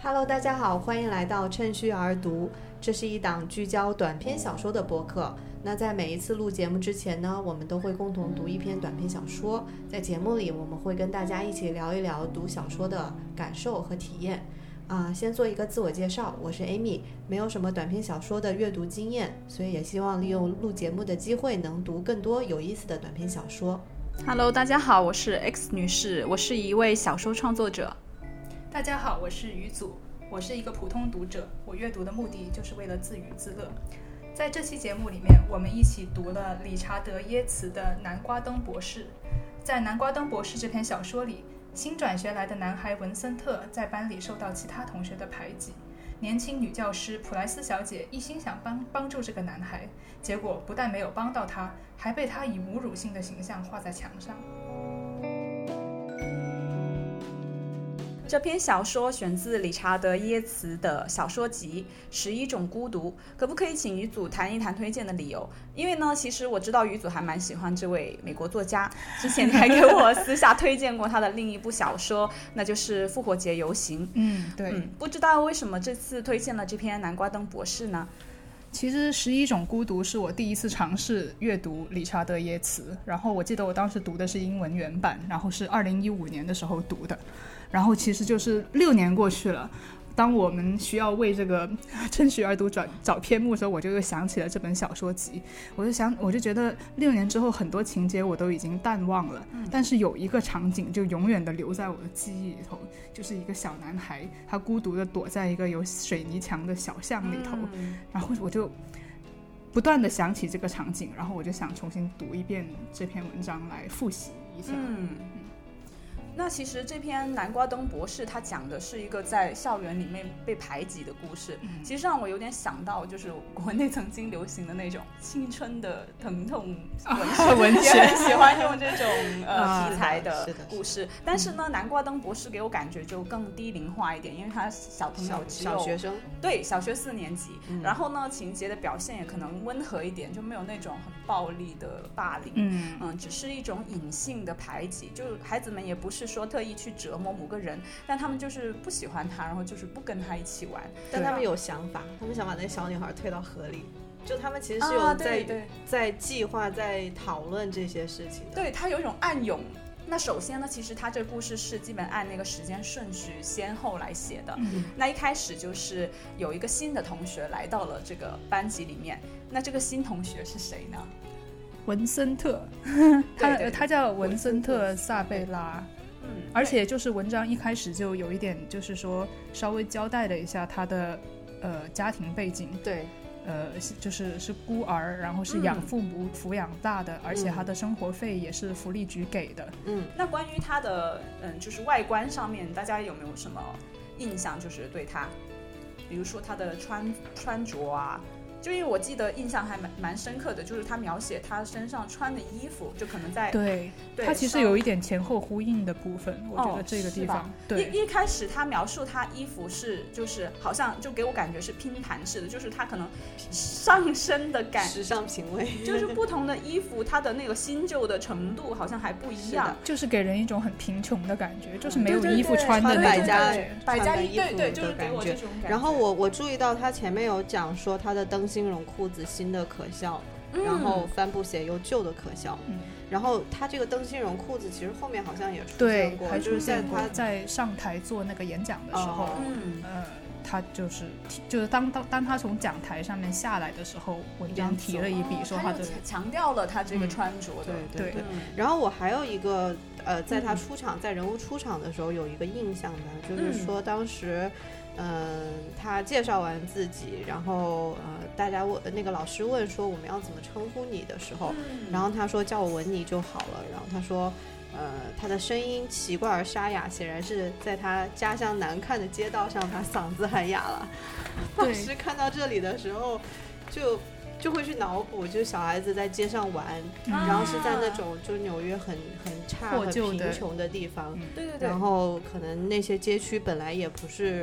Hello， 大家好，欢迎来到趁虚而读。这是一档聚焦短篇小说的播客。那在每一次录节目之前呢，我们都会共同读一篇短篇小说。在节目里，我们会跟大家一起聊一聊读小说的感受和体验。先做一个自我介绍，我是 Amy， 没有什么短篇小说的阅读经验，所以也希望利用录节目的机会，能读更多有意思的短篇小说。 Hello， 大家好，我是 X 女士，我是一位小说创作者。 大家好，我是于祖，我是一个普通读者，我阅读的目的就是为了自娱自乐。在这期节目里面，我们一起读了理查德耶茨的《南瓜灯博士》。在《南瓜灯博士》这篇小说里，新转学来的男孩文森特在班里受到其他同学的排挤，年轻女教师普莱斯小姐一心想帮助这个男孩，结果不但没有帮到他，还被他以侮辱性的形象画在墙上。 这篇小说选自理查德耶茨的小说集《11种孤独》，可不可以请于祖谈一谈推荐的理由？因为呢，其实我知道于祖还蛮喜欢这位美国作家，之前你还给我私下推荐过他的另一部小说，那就是《复活节游行》。 对。 不知道为什么这次推荐了这篇《南瓜灯博士》呢？ 其实11种孤独是我第一次尝试阅读理查德耶茨，然后我记得我当时读的是英文原版，然后是2015年的时候读的，然后其实就是6年过去了。当我们需要为这个趁虚而读找篇目的时候，我就又想起了这本小说集。我就觉得6年之后很多情节我都已经淡忘了，但是有一个场景就永远的留在我的记忆里头，就是一个小男孩，他孤独的躲在一个有水泥墙的小巷里头，然后我就不断的想起这个场景，然后我就想重新读一遍这篇文章来复习一下。 那其实这篇《南瓜灯博士》他讲的是一个在校园里面被排挤的故事，其实让我有点想到就是国内曾经流行的那种青春的疼痛文学，也很喜欢用这种题材的故事。但是呢，《南瓜灯博士》给我感觉就更低龄化一点，因为他小朋友只有小学生， 对，小学4年级，然后呢，情节的表现也可能温和一点，就没有那种很暴力的霸凌，只是一种隐性的排挤，就孩子们也不是说特意去折磨某个人，但他们就是不喜欢他，然后就是不跟他一起玩。 但他们有想法，他们想把那个小女孩推到河里，就他们其实是有在计划在讨论这些事情的。 对，他有一种暗涌。那首先呢，其实他这个故事是基本按那个时间顺序先后来写的。那一开始就是有一个新的同学来到了这个班级里面，那这个新同学是谁呢？ 文森特，他叫文森特·萨贝拉。而且就是文章一开始就有一点就是说稍微交代了一下他的家庭背景。 对， 是孤儿，然后是养父母抚养大的，而且他的生活费也是福利局给的。 那关于他的就是外观上面，大家有没有什么印象？就是对他，比如说他的穿着啊。就因为我记得印象还蛮深刻的，就是他描写他身上穿的衣服，就可能在对他其实有一点前后呼应的部分，我觉得这个地方对一开始他描述他衣服是就是好像就给我感觉是拼盘式的，就是他可能上身的时尚品味， 就是不同的衣服它的那个新旧的程度好像还不一样， 就是给人一种很贫穷的感觉，就是没有衣服穿的百家衣服对，就是给我这种感觉。 然后我注意到他前面有讲说他的灯芯绒裤子新的可笑，然后帆布鞋又旧的可笑，然后他这个灯芯绒裤子其实后面好像也出现过， 还出现过在上台做那个演讲的时候，他就是当他从讲台上面下来的时候，文章提了一笔说他的强调了他这个穿着的， 对。然后我还有一个在他出场在人物出场的时候有一个印象的，就是说当时他介绍完自己，然后大家那个老师问说我们要怎么称呼你的时候，然后他说叫我文妮就好了，然后他说他的声音奇怪而沙哑，显然是在他家乡南看的街道上他嗓子很哑了。当时看到这里的时候就会去脑补，就是小孩子在街上玩，然后是在那种就是纽约很差很贫穷的地方， 对， 然后可能那些街区本来也不是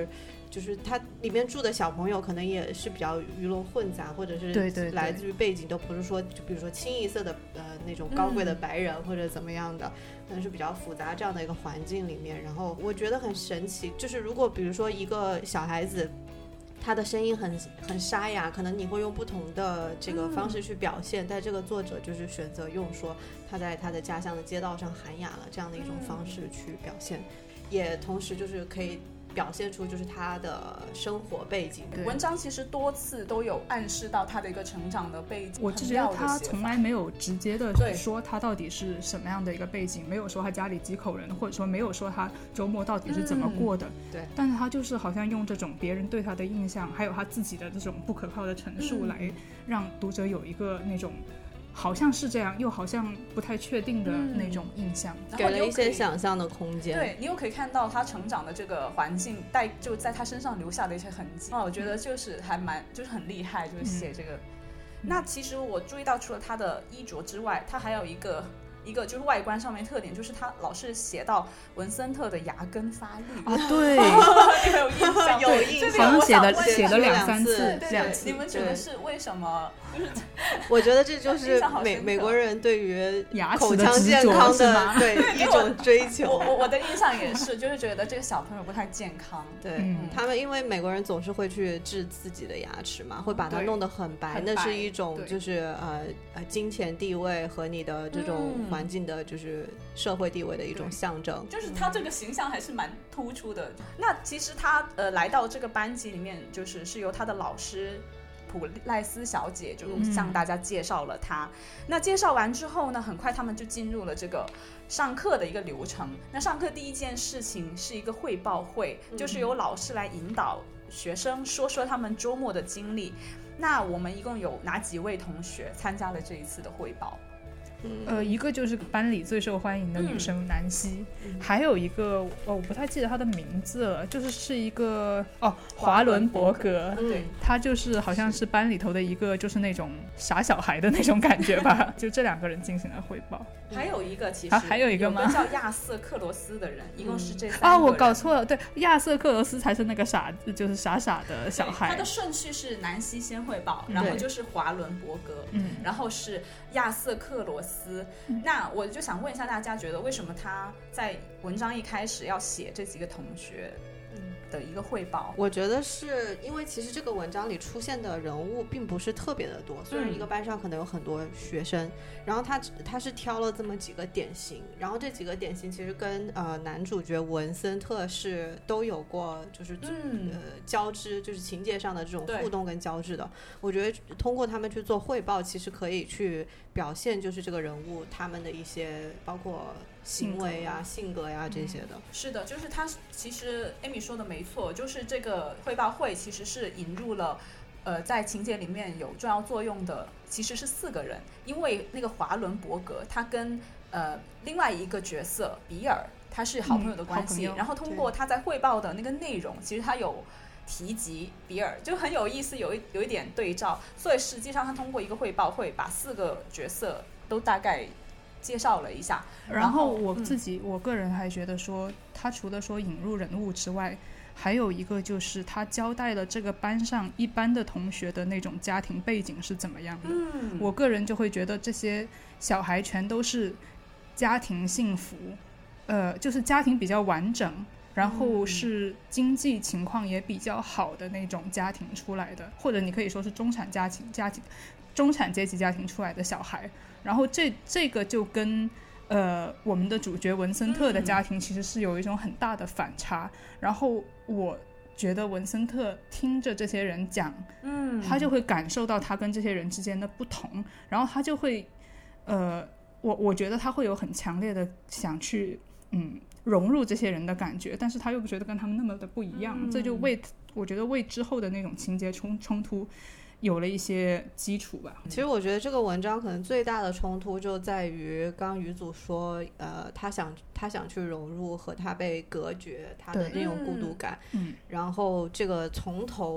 就是它里面住的小朋友可能也是比较鱼龙混杂，或者是来自于背景都不是说就比如说清一色的那种高贵的白人或者怎么样的，可能是比较复杂这样的一个环境里面。然后我觉得很神奇，就是如果比如说一个小孩子他的声音很沙哑，可能你会用不同的这个方式去表现，但这个作者就是选择用说他在他的家乡的街道上喊哑了这样的一种方式去表现，也同时就是可以表现出就是他的生活背景。 文章其实多次都有暗示到他的一个成长的背景， 我就觉得他从来没有直接的说他到底是什么样的一个背景，没有说他家里几口人，或者说没有说他周末到底是怎么过的， 对。 但是他就是好像用这种别人对他的印象，还有他自己的这种不可靠的陈述来让读者有一个那种好像是这样又好像不太确定的那种印象， 给了一些想象的空间。 对，你又可以看到他成长的这个环境就在他身上留下的一些痕迹。我觉得就是还蛮就是很厉害，就是写这个。那其实我注意到，除了他的衣着之外，他还有一个就是外观上面特点，就是他老是写到文森特的牙根发绿啊，对， 你有印象？ 有印象，好像写了2-3 次， 你们觉得是为什么？就是我觉得这就是美国人对于牙口腔健康的对一种追求。 我的印象也是，就是觉得这个小朋友不太健康。 对，他们因为美国人总是会去治自己的牙齿嘛，会把它弄得很白，那是一种就是金钱地位和你的这种环境的就是社会地位的一种象征， 就是他这个形象还是蛮突出的。那其实他来到这个班级里面，是由他的老师普赖斯小姐就向大家介绍了他。那介绍完之后呢，很快他们就进入了这个上课的一个流程。那上课第一件事情是一个汇报会，就是由老师来引导学生说他们周末的经历。那我们一共有哪几位同学参加了这一次的汇报？ 一个就是班里最受欢迎的女生南希，还有一个我不太记得她的名字了，是一个华伦伯格， 对， 她就是好像是班里头的一个就是那种傻小孩的那种感觉吧，就这2个人进行了汇报。 还有一个其实还有一个吗？ 叫亚瑟克罗斯的人，一共是这3个人。 我搞错了，对，亚瑟克罗斯才是那个傻子，就是傻傻的小孩。 他的顺序是南希先汇报，然后就是华伦伯格，然后是亚瑟克罗斯。那我就想问一下大家，觉得为什么他在文章一开始要写这几个同学的一个汇报？ 我觉得是因为其实这个文章里出现的人物并不是特别的多，虽然一个班上可能有很多学生，然后他是挑了这么几个典型，然后这几个典型其实跟男主角文森特是都有过就是交织，就是情节上的这种互动跟交织的。我觉得通过他们去做汇报，其实可以去表现就是这个人物他们的一些包括行为啊、性格呀这些的。 是的，就是他其实 Amy 说的没错，就是这个汇报会其实是引入了在情节里面有重要作用的其实是4个人，因为那个华伦伯格他跟另外一个角色比尔他是好朋友的关系，然后通过他在汇报的那个内容，其实他有提及比尔，就很有意思，有一点对照，所以实际上他通过一个汇报会把4个角色都大概介绍了一下。 然后我个人还觉得说，他除了说引入人物之外，还有一个就是他交代了这个班上一般的同学的那种家庭背景是怎么样的。我个人就会觉得这些小孩全都是家庭幸福，就是家庭比较完整，然后是经济情况也比较好的那种家庭出来的，或者你可以说是中产阶级家庭出来的小孩。然后这个就跟我们的主角文森特的家庭其实是有一种很大的反差。然后我觉得文森特听着这些人讲，他就会感受到他跟这些人之间的不同，然后他就会我觉得他会有很强烈的想去融入这些人的感觉，但是他又不觉得跟他们那么的不一样，这就我觉得为之后的那种情节冲突有了一些基础吧。 其实我觉得这个文章可能最大的冲突就在于刚刚于祖说他想去融入和他被隔绝他的那种孤独感，然后这个从头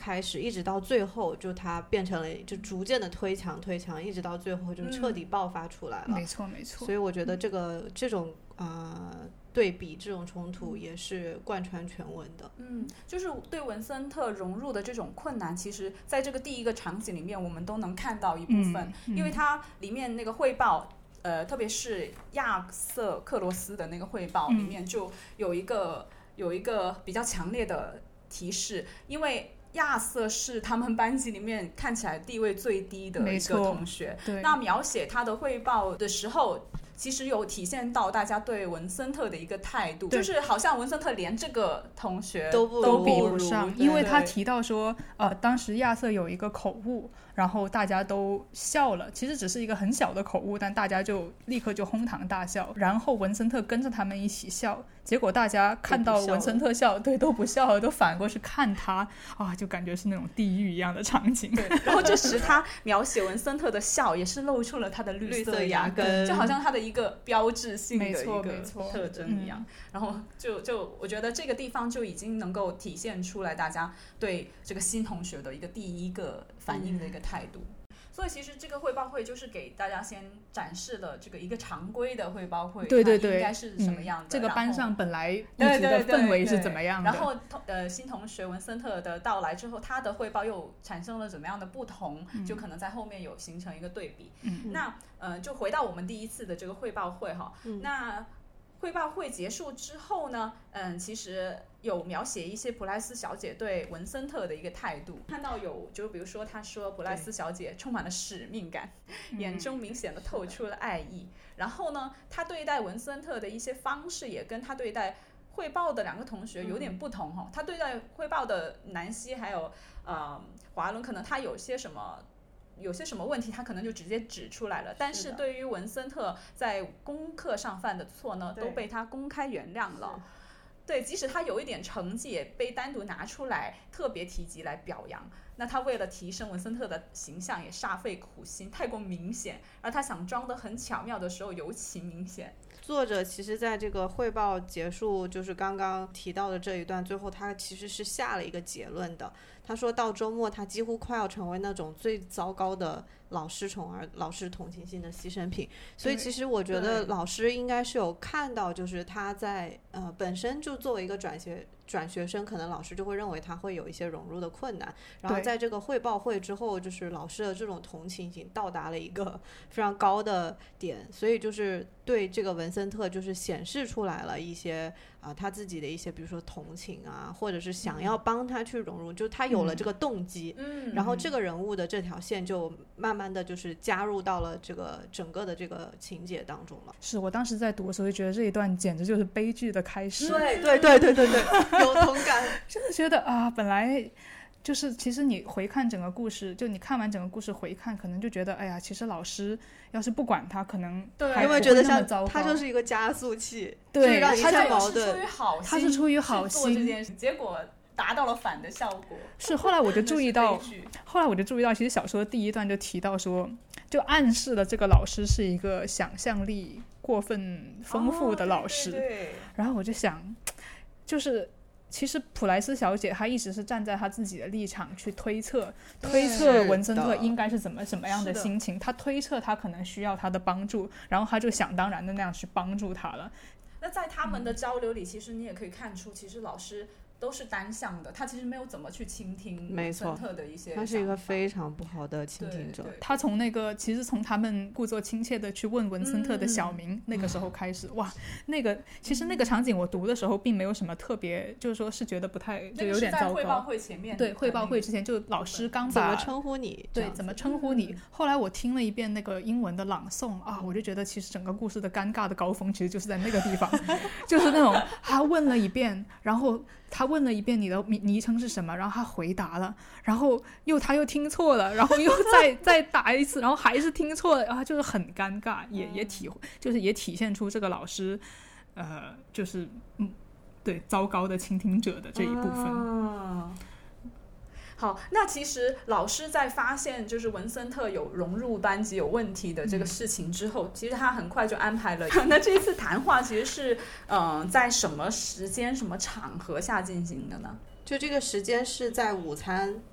开始，一直到最后，就他变成了就逐渐的推墙，一直到最后就彻底爆发出来了。 没错没错。 所以我觉得这种对比，这种冲突也是贯穿全文的。 就是对文森特融入的这种困难，其实在这个第一个场景里面我们都能看到一部分，因为它里面那个汇报特别是亚瑟克罗斯的那个汇报里面就有一个比较强烈的提示，因为亚瑟是他们班级里面看起来地位最低的一个同学，那描写他的汇报的时候其实有体现到大家对文森特的一个态度，就是好像文森特连这个同学都比不上，因为他提到说当时亚瑟有一个口误，然后大家都笑了，其实只是一个很小的口误，但大家就立刻就哄堂大笑，然后文森特跟着他们一起笑，结果大家看到文森特笑，对，都不笑了，都反过去看他就感觉是那种地狱一样的场景。 对，然后这时他描写文森特的笑也是露出了他的绿色牙根，就好像他的一个标志性的一个特征一样。然后就我觉得这个地方就已经能够体现出来大家对这个新同学的一个第一个反应的一个态度。所以其实这个汇报会就是给大家先展示了这个一个常规的汇报会， 对， 应该是什么样的， 这个班上本来一直的氛围是怎么样的， 然后新同学文森特的到来之后，他的汇报又产生了怎么样的不同，就可能在后面有形成一个对比。那就回到我们第一次的这个汇报会哈，那汇报会结束之后呢，其实有描写一些普莱斯小姐对文森特的一个态度，看到就比如说她说普莱斯小姐充满了使命感，眼中明显的透出了爱意，然后呢她对待文森特的一些方式也跟她对待汇报的两个同学有点不同哈，她对待汇报的南希还有华伦，可能她有些什么问题他可能就直接指出来了，但是对于文森特在功课上犯的错呢，都被他公开原谅了。对，即使他有一点成绩也被单独拿出来特别提及来表扬，那他为了提升文森特的形象也煞费苦心，太过明显，而他想装得很巧妙的时候尤其明显。 作者其实在这个汇报结束，就是刚刚提到的这一段，最后他其实是下了一个结论的。他说到周末他几乎快要成为那种最糟糕的老师宠儿、老师同情心的牺牲品。所以其实我觉得老师应该是有看到，就是他在本身就作为一个转学生，可能老师就会认为他会有一些融入的困难，然后在这个汇报会之后，就是老师的这种同情心到达了一个非常高的点，所以就是对这个文森特就是显示出来了一些他自己的一些比如说同情或者是想要帮他去融入，就他有了这个动机，然后这个人物的这条线就慢慢的就是加入到了这个整个的这个情节当中了。 是我当时在读的时候就觉得这一段简直就是悲剧的开始。 对，有同感。 真的觉得本来就是其实你回看整个故事，就你看完整个故事回看，可能就觉得哎呀，其实老师要是不管他，可能还不会那么糟糕，因为觉得像他就是一个加速器， 对， 让一切矛盾。 他是出于好心这件事，结果达到了反的效果。 是后来我就注意到其实小说的第一段就提到说，就暗示了这个老师是一个想象力过分丰富的老师。 对， 然后我就想，就是其实普莱斯小姐她一直是站在她自己的立场去推测文森特应该是什么样的心情，她推测他可能需要他的帮助，然后她就想当然的那样去帮助他了。 那在他们的交流里，其实你也可以看出，其实老师都是单向的，他其实没有怎么去倾听文森特的一些想法， 他是一个非常不好的倾听者。 他从其实从他们故作亲切的去问文森特的小名，那个时候开始，哇，其实那个场景我读的时候并没有什么特别，就是说是觉得不太，就有点糟糕。 那个是在汇报会前面， 对，汇报会之前就老师刚把怎么称呼你， 对，怎么称呼你。后来我听了一遍那个英文的朗诵我就觉得其实整个故事的尴尬的高峰其实就是在那个地方，就是那种他问了一遍，然后他问了一遍你的昵称是什么，然后他回答了，然后他又听错了，然后又再答一次，然后还是听错了，然后就是很尴尬，也体现出这个老师就是对糟糕的倾听者的这一部分。 好，那其实老师在发现就是文森特有融入班级有问题的这个事情之后，其实他很快就安排了那这一次谈话其实是在什么时间什么场合下进行的呢？ 就这个时间是在午餐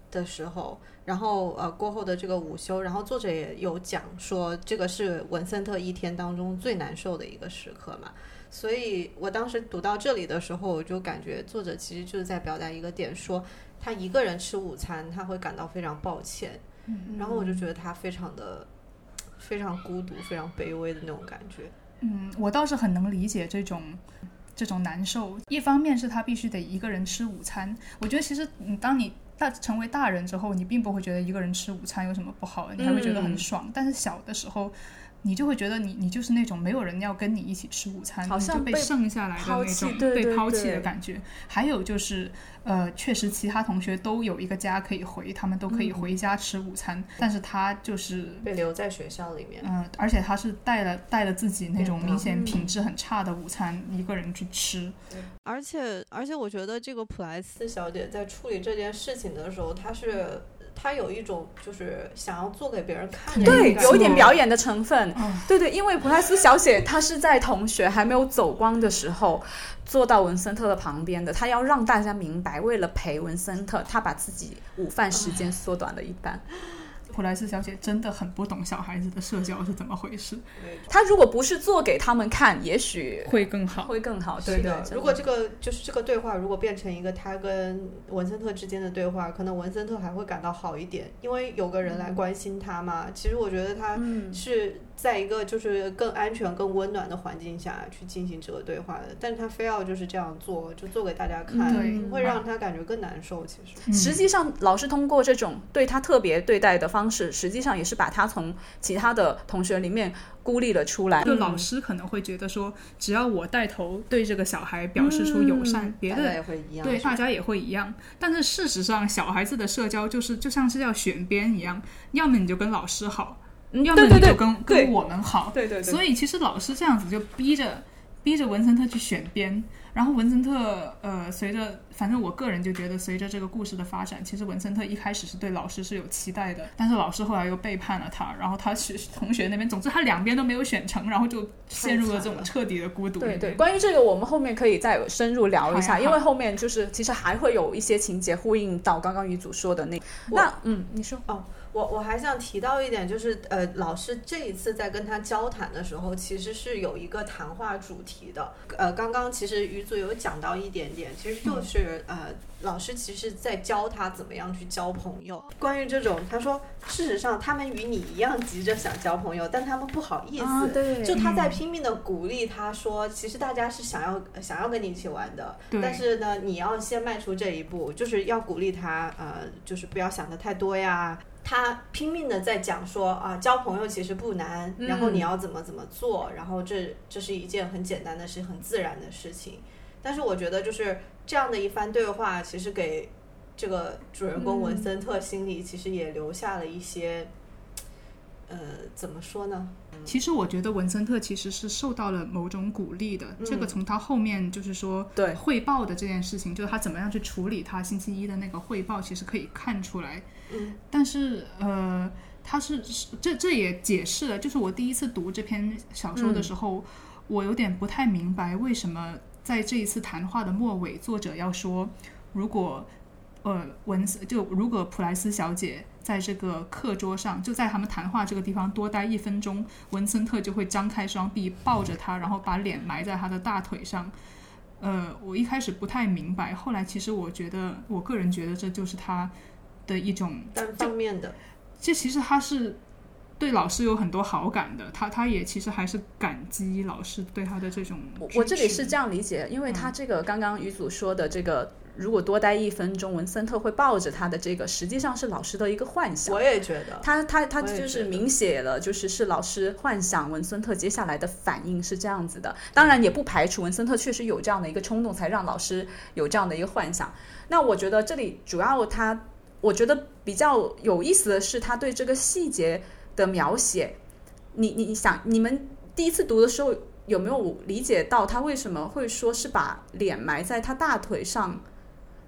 的时候，然后过后的这个午休，然后作者也有讲说这个是文森特一天当中最难受的一个时刻嘛。所以我当时读到这里的时候，我就感觉作者其实就是在表达一个点，说他一个人吃午餐他会感到非常抱歉，然后我就觉得他非常孤独非常卑微的那种感觉。 我倒是很能理解这种难受。一方面是他必须得一个人吃午餐，我觉得其实当你成为大人之后，你并不会觉得一个人吃午餐有什么不好，你还会觉得很爽。但是小的时候你就会觉得你就是那种没有人要跟你一起吃午餐， 好像你就被剩下来的那种被抛弃的感觉。还有就是确实其他同学都有一个家可以回，他们都可以回家吃午餐，但是他就是被留在学校里面。 而且他是带了自己那种明显品质很差的午餐，一个人去吃。 而且我觉得这个普莱斯小姐在处理这件事情的时候，他有一种就是想要做给别人看的， 对，有一点表演的成分。对对，因为普莱斯小姐她是在同学还没有走光的时候坐到文森特的旁边的，她要让大家明白，为了陪文森特，她把自己午饭时间缩短了一半。 普莱斯小姐真的很不懂小孩子的社交是怎么回事。 她如果不是做给他们看，也许会更好。 对的。 如果这个对话如果变成一个他跟文森特之间的对话，可能文森特还会感到好一点，因为有个人来关心他嘛。其实我觉得他是在一个就是更安全更温暖的环境下去进行这个对话的，但是他非要就是这样做，就做给大家看，会让他感觉更难受。其实实际上老师通过这种对他特别对待的方式，实际上也是把他从其他的同学里面孤立了出来。 就老师可能会觉得说，只要我带头对这个小孩表示出友善，别的大家也会一样， 对，大家也会一样。但是事实上小孩子的社交就像是要选边一样，要么你就跟老师好，要么你就跟我们好。 对。 所以其实老师这样子就逼着文森特去选边，然后文森特随着，反正我个人就觉得随着这个故事的发展，其实文森特一开始是对老师是有期待的，但是老师后来又背叛了他，然后他同学那边，总之他两边都没有选成，然后就陷入了这种彻底的孤独。 对，关于这个我们后面可以再深入聊一下，因为后面就是其实还会有一些情节呼应到刚刚于祖说的那你说我还想提到一点，就是老师这一次在跟他交谈的时候，其实是有一个谈话主题的。刚刚其实于祖有讲到一点点，其实就是老师其实在教他怎么样去交朋友。关于这种，他说事实上他们与你一样急着想交朋友，但他们不好意思。 对， 就他在拼命的鼓励他说，其实大家是想要跟你一起玩的，但是呢，你要先迈出这一步，就是要鼓励他，就是不要想的太多呀。他拼命的在讲说交朋友其实不难，然后你要怎么做，然后这是一件很简单的事，很自然的事情。但是我觉得就是这样的一番对话，其实给这个主人公文森特心里其实也留下了一些怎么说呢？ 其实我觉得文森特其实是受到了某种鼓励的，这个从他后面就是说对汇报的这件事情，就是他怎么样去处理他星期一的那个汇报，其实可以看出来。但是他是这也解释了，就是我第一次读这篇小说的时候，我有点不太明白为什么在这一次谈话的末尾，作者要说如果如果普莱斯小姐在这个课桌上，就在他们谈话这个地方多待1分钟，文森特就会张开双臂抱着她，然后把脸埋在她的大腿上。我一开始不太明白，后来其实我个人觉得这就是他的一种单方面的， 这其实他是对老师有很多好感的，他也其实还是感激老师对他的这种支持。 我这里是这样理解，因为他这个刚刚于祖说的这个如果多待1分钟文森特会抱着他的这个，实际上是老师的一个幻想。 我也觉得他就是明写了，就是老师幻想文森特接下来的反应是这样子的。当然也不排除文森特确实有这样的一个冲动，才让老师有这样的一个幻想。那我觉得这里主要我觉得比较有意思的是他对这个细节的描写。你想，你们第一次读的时候有没有理解到他为什么会说是把脸埋在他大腿上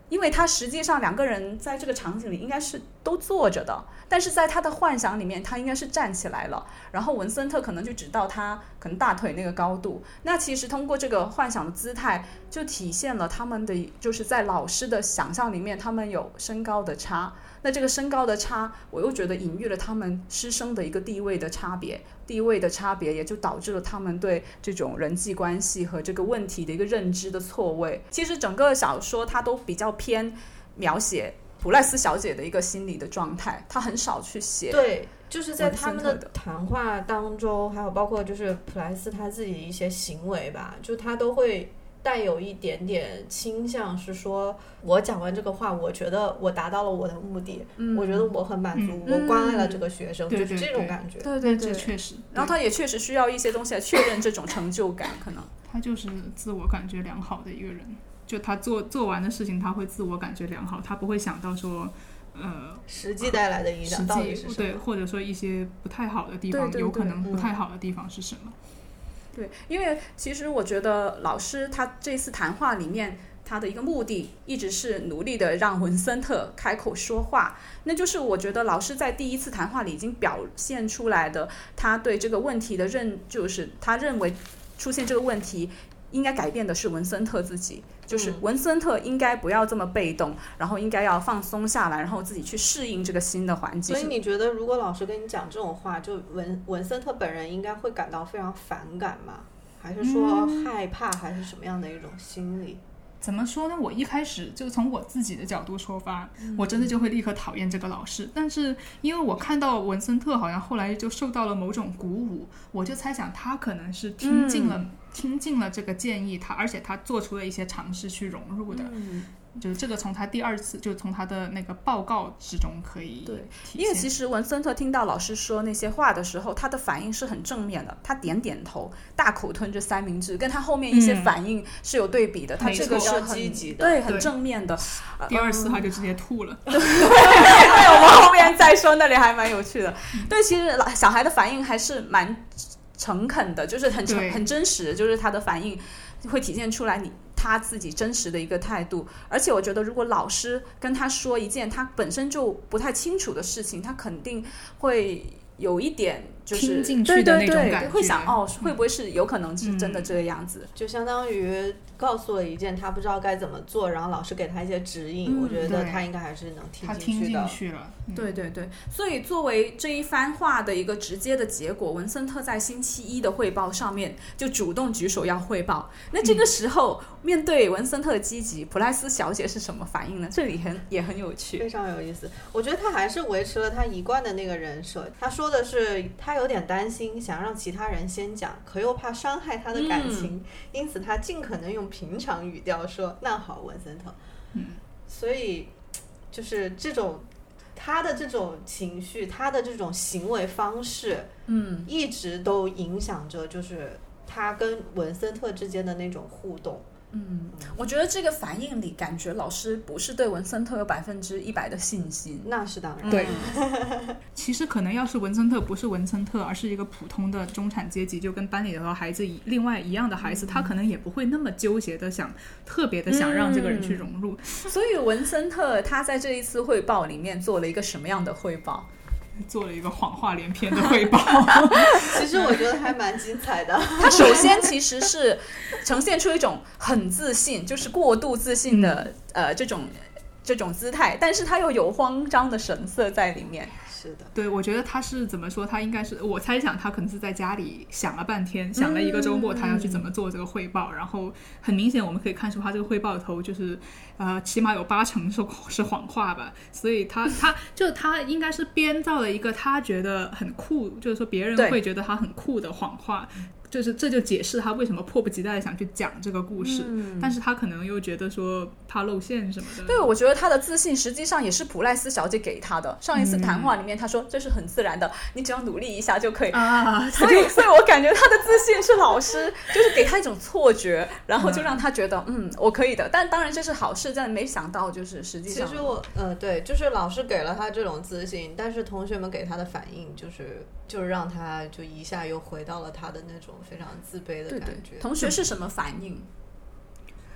因为他实际上两个人在这个场景里应该是都坐着的，但是在他的幻想里面他应该是站起来了，然后文森特可能就只到他可能大腿那个高度。那其实通过这个幻想的姿态就体现了他们的就是在老师的想象里面他们有身高的差，那这个身高的差我又觉得隐喻了他们师生的一个地位的差别，也就导致了他们对这种人际关系和这个问题的一个认知的错位。其实整个小说它都比较偏描写普赖斯小姐的一个心理的状态，她很少去写。 对，就是在他们的谈话当中，还有包括就是普莱斯他自己的一些行为吧，就他都会带有一点点倾向，是说我讲完这个话，我觉得我达到了我的目的，我觉得我很满足，我关爱了这个学生，就是这种感觉。 对， 这确实。 然后他也确实需要一些东西来确认这种成就感，可能他就是自我感觉良好的一个人，就他做完的事情他会自我感觉良好，他不会想到说实际带来的影响到底是什么， 对，或者说一些不太好的地方，有可能不太好的地方是什么。 对，因为其实我觉得老师他这次谈话里面他的一个目的一直是努力的让文森特开口说话，那就是我觉得老师在第一次谈话里已经表现出来的他对这个问题的就是他认为出现这个问题应该改变的是文森特自己，就是文森特应该不要这么被动，然后应该要放松下来，然后自己去适应这个新的环境。 所以你觉得如果老师跟你讲这种话，就文森特本人应该会感到非常反感吗？还是说害怕，还是什么样的一种心理？ 怎么说呢，我一开始就从我自己的角度出发，我真的就会立刻讨厌这个老师，但是因为我看到文森特好像后来就受到了某种鼓舞，我就猜想他可能是听进了这个建议，而且他做出了一些尝试去融入的，就是这个从他第二次就从他的那个报告之中可以体现。 因为其实文森特听到老师说那些话的时候，他的反应是很正面的，他点点头，大口吞着三明治，跟他后面一些反应是有对比的，他这个是很积极的， 对，很正面的。 第二次他就直接吐了。 对，我们后面再说，那里还蛮有趣的。对，其实小孩的反应还是蛮诚恳的，就是很真实，就是他的反应会体现出来他自己真实的一个态度。而且我觉得如果老师跟他说一件他本身就不太清楚的事情，他肯定会有一点就是听进去的那种感觉， 对，会想会不会是有可能是真的这个样子， 就相当于告诉了一件他不知道该怎么做，然后老师给他一些指引，我觉得他应该还是能听进去的。 他听进去了， 对，所以作为这一番话的一个直接的结果，文森特在星期一的汇报上面就主动举手要汇报。那这个时候面对文森特的积极，普莱斯小姐是什么反应呢？这里也很有趣， 非常有意思。我觉得他还是维持了他一贯的那个人设，他说的是他有点担心，想让其他人先讲，可又怕伤害他的感情，因此他尽可能用平常语调说那好文森特。所以就是这种他的这种情绪，他的这种行为方式一直都影响着就是他跟文森特之间的那种互动。 我觉得这个反应里感觉老师不是对文森特有100%的信心。 那是当然， 对。其实可能要是文森特不是文森特，而是一个普通的中产阶级，就跟班里的孩子另外一样的孩子，他可能也不会那么纠结的特别的想让这个人去融入。 所以文森特他在这一次汇报里面做了一个什么样的汇报？ 做了一个谎话连篇的汇报。 其实我觉得还蛮精彩的。 他首先其实是呈现出一种很自信，就是过度自信的这种姿态，但是他又有慌张的神色在里面。 是的， 对，我觉得他是怎么说，他应该是，我猜想他可能是在家里想了半天，想了一个周末他要去怎么做这个汇报，然后很明显我们可以看出他这个汇报头就是起码有80%是谎话吧，所以他应该是编造了一个他觉得很酷，就是说别人会觉得他很酷的谎话，就是这就解释他为什么迫不及待的想去讲这个故事，但是他可能又觉得说怕露馅什么的。 对，我觉得他的自信实际上也是普赖斯小姐给他的。上一次谈话里面他说这是很自然的，你只要努力一下就可以所以我感觉他的自信是老师就是给他一种错觉，然后就让他觉得我可以的。但当然这是好事，但没想到就是实际上其实我对，就是老师给了他这种自信，但是同学们给他的反应就是让他就一下又回到了他的那种非常自卑的感觉。 对，同学是什么反应？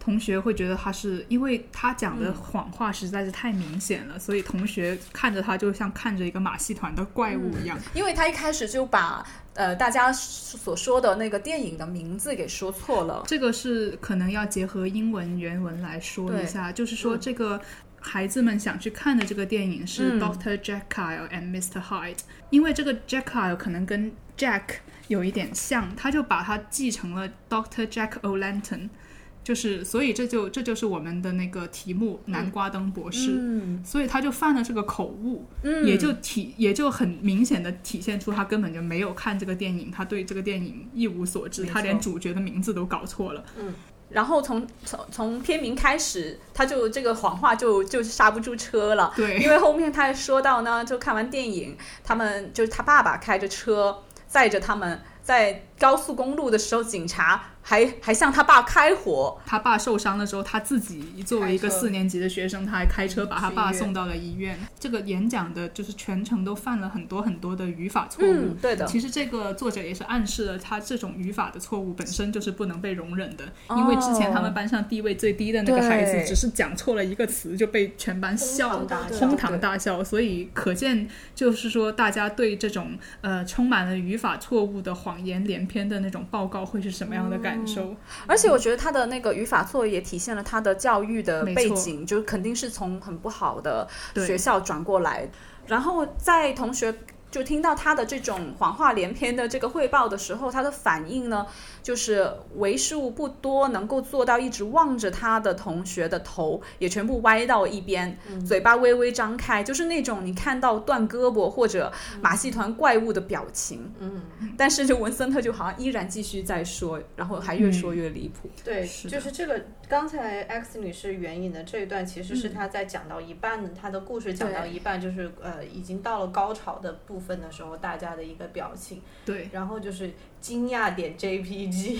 同学会觉得他是因为他讲的谎话实在是太明显了，所以同学看着他就像看着一个马戏团的怪物一样。 因为他一开始就把大家所说的那个电影的名字给说错了。 这个是可能要结合英文原文来说一下，就是说这个孩子们想去看的这个电影是 Dr. Jekyll and Mr. Hyde，因为这个 Jekyll 可能跟 Jack 有一点像，他就把它继承了 Dr. Jack O'Lantern， 就是所以这就是我们的那个题目南瓜灯博士，所以他就犯了这个口误，也就很明显的体现出他根本就没有看这个电影，他对这个电影一无所知，他连主角的名字都搞错了。 然后从片名开始，他就这个谎话就刹不住车了。 对， 因为后面他还说到呢，就看完电影，他们就是他爸爸开着车载着他们在高速公路的时候，警察还向他爸开火。 他爸受伤的时候，他自己作为一个4年级的学生，他还开车把他爸送到了医院。这个演讲的就是全程都犯了很多很多的语法错误。 对的。 其实这个作者也是暗示了他这种语法的错误本身就是不能被容忍的，因为之前他们班上地位最低的那个孩子只是讲错了一个词就被全班哄堂大笑，所以可见就是说大家对这种充满了语法错误的谎言连篇的那种报告会是什么样的感受。 而且我觉得他的那个语法错也体现了他的教育的背景，就肯定是从很不好的学校转过来。然后在同学就听到他的这种谎话连篇的这个汇报的时候，他的反应呢，就是为数不多能够做到一直望着他的同学的头也全部歪到一边，嘴巴微微张开，就是那种你看到断胳膊或者马戏团怪物的表情。但是就文森特就好像依然继续在说，然后还越说越离谱。 对，就是这个刚才 X 女士援引的这一段，其实是她在讲到一半，她的故事讲到一半，就是已经到了高潮的部分的时候，大家的一个表情。 对， 然后就是惊讶点 JPG，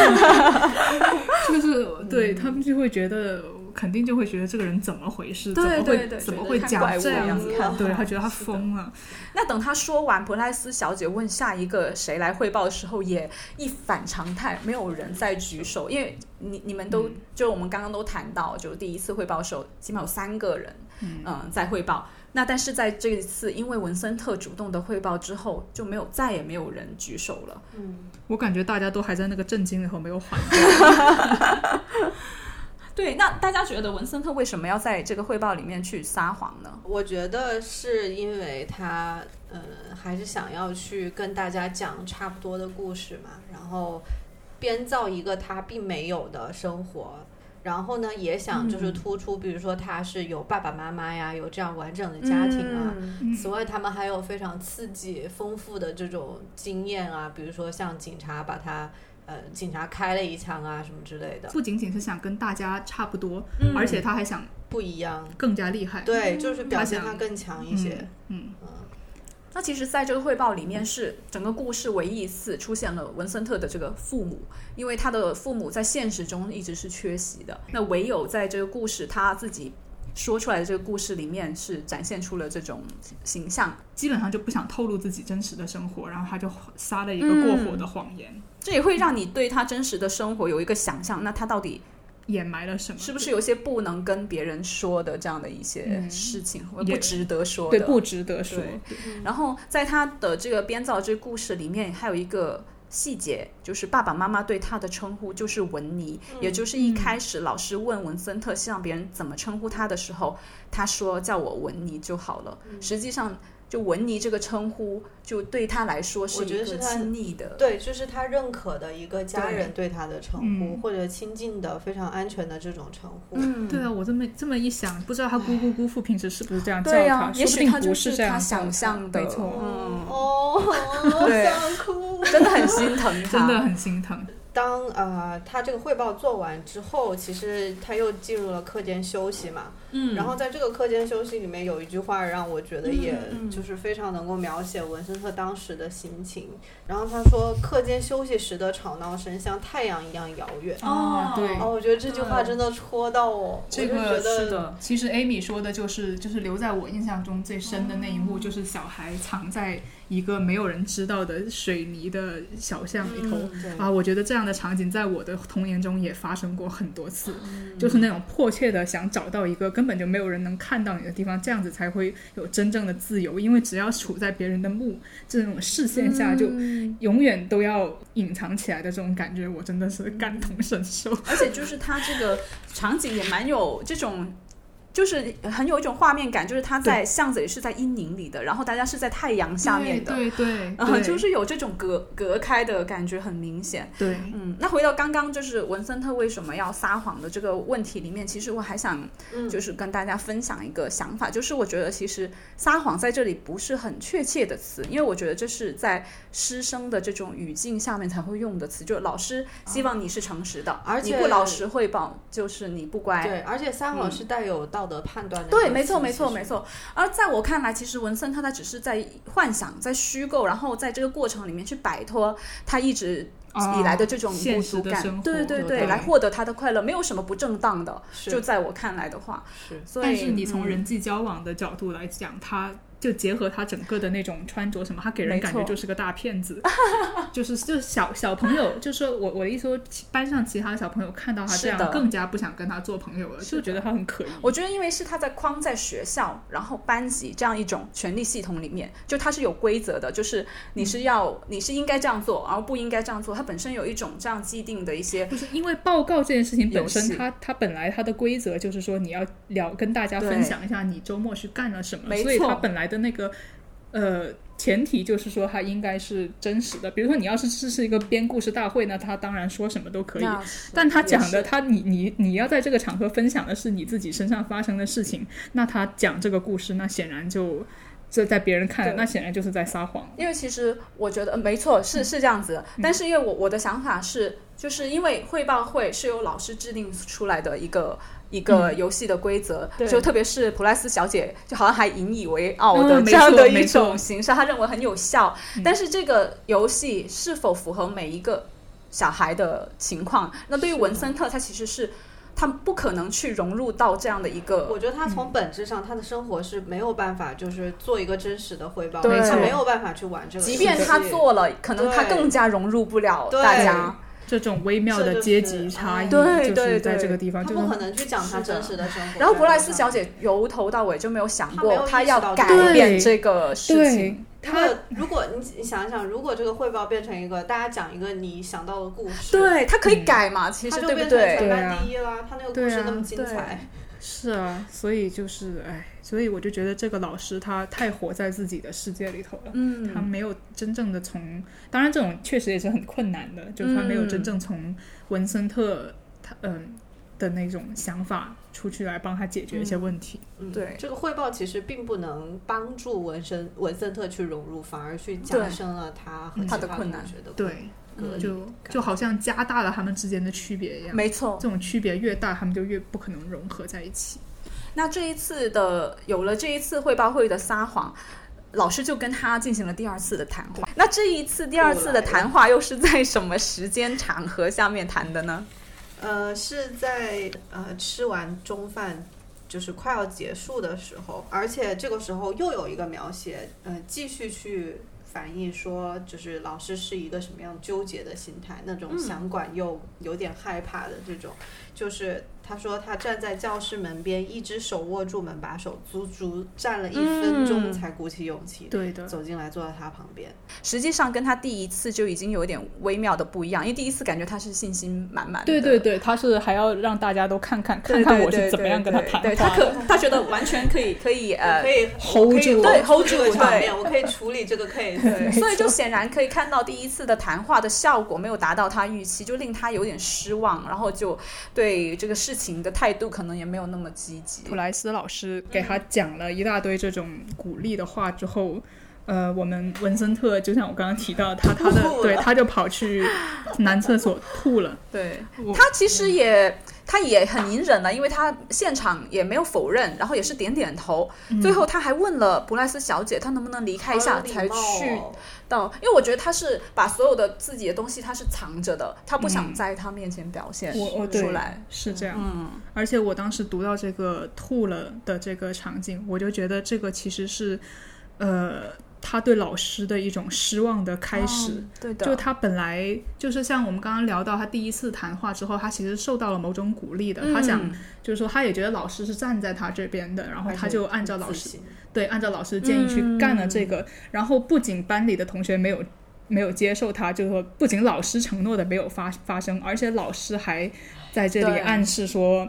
就是对他们就会觉得。肯定就会觉得这个人怎么回事，怎么会讲这样子，对，他觉得他疯了。 那等他说完，普莱斯小姐问下一个谁来汇报的时候，也一反常态，没有人再举手，因为你们都就我们刚刚都谈到，就第一次汇报的时候，起码有3个人在汇报。那但是在这一次，因为文森特主动的汇报之后，就再也没有人举手了。 我感觉大家都还在那个震惊里头没有缓过。 对，那大家觉得文森特为什么要在这个汇报里面去撒谎呢？ 我觉得是因为他还是想要去跟大家讲差不多的故事嘛，然后编造一个他并没有的生活，然后呢也想就是突出比如说他是有爸爸妈妈呀，有这样完整的家庭啊，此外他们还有非常刺激丰富的这种经验啊，比如说像警察把他警察开了一枪啊什么之类的， 不仅仅是想跟大家差不多，而且他还想不一样， 更加厉害。 对，就是表现他更强一些。 那其实在这个汇报里面是整个故事唯一一次出现了文森特的这个父母，因为他的父母在现实中一直是缺席的，那唯有在这个故事他自己说出来的这个故事里面是展现出了这种形象， 基本上就不想透露自己真实的生活，然后他就撒了一个过火的谎言。 这也会让你对他真实的生活有一个想象，那他到底掩埋了什么？ 是不是有些不能跟别人说的这样的一些事情，不值得说的？对，不值得说。 然后在他的这个编造这个故事里面，还有一个细节，就是爸爸妈妈对他的称呼就是文尼，也就是一开始老师问文森特希望别人怎么称呼他的时候，他说叫我文尼就好了。实际上就文尼这个称呼就对他来说是一个亲昵的， 对，就是他认可的一个家人对他的称呼，或者亲近的非常安全的这种称呼。 对啊，我这么一想，不知道他姑父平时是不是这样叫他， 也许他就是他想象的， 没错。 对，想哭， 真的很心疼他， 真的很心疼。 当他这个汇报做完之后，其实他又进入了课间休息嘛，然后在这个课间休息里面有一句话让我觉得也就是非常能够描写文森特当时的心情，然后他说课间休息时的吵闹声像太阳一样遥远。 对， 我觉得这句话真的戳到我。 这个是的，其实 Amy 说的就是留在我印象中最深的那一幕，就是小孩藏在一个没有人知道的水泥的小巷里头、 对我觉得这样的场景在我的童年中也发生过很多次、就是那种迫切的想找到一个根本就没有人能看到你的地方，这样子才会有真正的自由，因为只要处在别人的这种视线下，就永远都要隐藏起来的这种感觉，我真的是感同身受。 而且就是它这个场景也蛮有这种，就是很有一种画面感，就是他在巷子里是在阴影里的，然后大家是在太阳下面的， 对就是有这种隔开的感觉很明显。 对， 那回到刚刚就是文森特为什么要撒谎的这个问题里面，其实我还想就是跟大家分享一个想法，就是我觉得其实撒谎在这里不是很确切的词，因为我觉得这是在师生的这种语境下面才会用的词，就是老师希望你是诚实的， 而且你不老实汇报就是你不乖。 对，而且撒谎是带有道德判断的、 对，没错。而在我看来，其实文森特他只是在幻想，在虚构，然后在这个过程里面去摆脱他一直以来的这种孤独感，对，来获得他的快乐，没有什么不正当的。就在我看来的话，所以但是你从人际交往的角度来讲，他就结合他整个的那种穿着什么，他给人感觉就是个大骗子。就是小朋友，就是我的意思说，班上其他小朋友看到他这样，更加不想跟他做朋友了，就觉得他很可疑。 我觉得因为是他在框在学校，然后班级这样一种权力系统里面，就他是有规则的，就是你是应该这样做，而不应该这样做。他本身有一种这样既定的一些， 不是因为报告这件事情本身，他本来他的规则就是说你要跟大家分享一下你周末去干了什么，所以他本来的那个前提就是说它应该是真实的。比如说你要是一个编故事大会，那他当然说什么都可以，但他讲的你要在这个场合分享的是你自己身上发生的事情，那他讲这个故事，那显然这在别人看来那显然就是在撒谎。 因为其实我觉得没错，是这样子的。但是因为我的想法是，就是因为汇报会是由老师制定出来的一个游戏的规则，就特别是普莱斯小姐就好像还引以为傲的这样的一种形式，她认为很有效。但是这个游戏是否符合每一个小孩的情况，那对于文森特他其实是他不可能去融入到这样的一个， 我觉得他从本质上他的生活是没有办法就是做一个真实的汇报， 对， 他没有办法去玩这个， 即便他做了，可能他更加融入不了大家。 这种微妙的阶级差异，就是在这个地方， 他不可能去讲他真实的生活。 然后普莱斯小姐由头到尾就没有想过她要改变这个事情。 如果你想一想，如果这个汇报变成一个大家讲一个你想到的故事， 对，他可以改嘛，其实对不对？ 全班第一啦，他那个故事那么精彩。 是啊，所以就是所以我就觉得这个老师他太活在自己的世界里头了，他没有真正的当然这种确实也是很困难的，就是他没有真正从文森特的那种想法出去来帮他解决一些问题。 对，这个汇报其实并不能帮助文森特去融入，反而去加深了他和其他的困难。 对。就好像加大了他们之间的区别一样， 没错， 这种区别越大，他们就越不可能融合在一起。 那有了这一次汇报会的撒谎，老师就跟他进行了第二次的谈话。那这一次第二次的谈话又是在什么时间场合下面谈的呢？ 是在吃完中饭就是快要结束的时候，而且这个时候又有一个描写继续去反映说就是老师是一个什么样纠结的心态，那种想管又有点害怕的这种，就是他说他站在教室门边，一只手握住门把手，足足站了1分钟才鼓起勇气走进来坐在他旁边。 实际上跟他第一次就已经有点微妙的不一样，因为第一次感觉他是信心满满的， 对，他是还要让大家都看看我是怎么样跟他谈话， 他觉得完全可以 hold 住， 对 hold 住场面，我可以处理这个 case。 所以就显然可以看到第一次的谈话的效果没有达到他预期，就令他有点失望，然后就对这个事情的态度可能也没有那么积极。 普莱斯老师给他讲了一大堆这种鼓励的话之后，我们文森特就像我刚刚提到他就跑去男厕所吐了。 对，他其实他也很隐忍了，因为他现场也没有否认，然后也是点点头。最后他还问了普莱斯小姐，他能不能离开一下才去到，因为我觉得他是把所有的自己的东西他是藏着的，他不想在他面前表现出来。 是这样。而且我当时读到这个吐了的这个场景，我就觉得这个其实是他对老师的一种失望的开始。 对的， 就他本来就是像我们刚刚聊到，他第一次谈话之后，他其实受到了某种鼓励的。他想就是说，他也觉得老师是站在他这边的，然后他就按照老师按照老师的建议去干了这个。然后不仅班里的同学没有接受他，就是说不仅老师承诺的没有发生，而且老师还在这里暗示说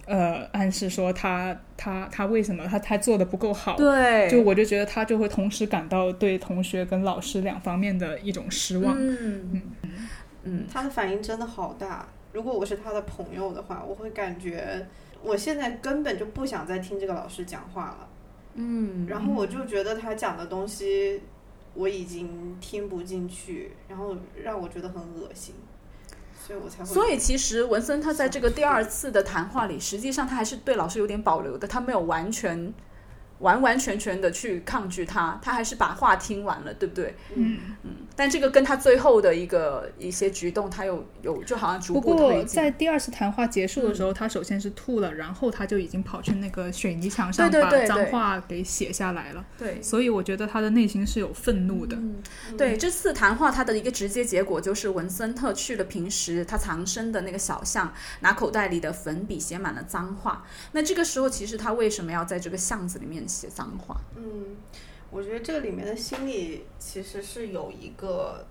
他为什么他做的不够好。 对， 就我就觉得他就会同时感到对同学跟老师两方面的一种失望。 他的反应真的好大。如果我是他的朋友的话，我会感觉我现在根本就不想再听这个老师讲话了。然后我就觉得他讲的东西我已经听不进去，然后让我觉得很恶心，所以我才会。 所以其实文森特在这个第二次的谈话里，实际上他还是对老师有点保留的，他没有完全的去抗拒他还是把话听完了，对不对？但这个跟他最后的一些举动，他有就好像逐步推进。 不过在第二次谈话结束的时候，他首先是吐了，然后他就已经跑去那个水泥墙上把脏话给写下来了。 对， 所以我觉得他的内心是有愤怒的。 对，这次谈话他的一个直接结果就是文森特去了平时他藏身的那个小巷，拿口袋里的粉笔写满了脏话。那这个时候其实他为什么要在这个巷子里面写脏话？ 我觉得这个里面的心理其实是有一个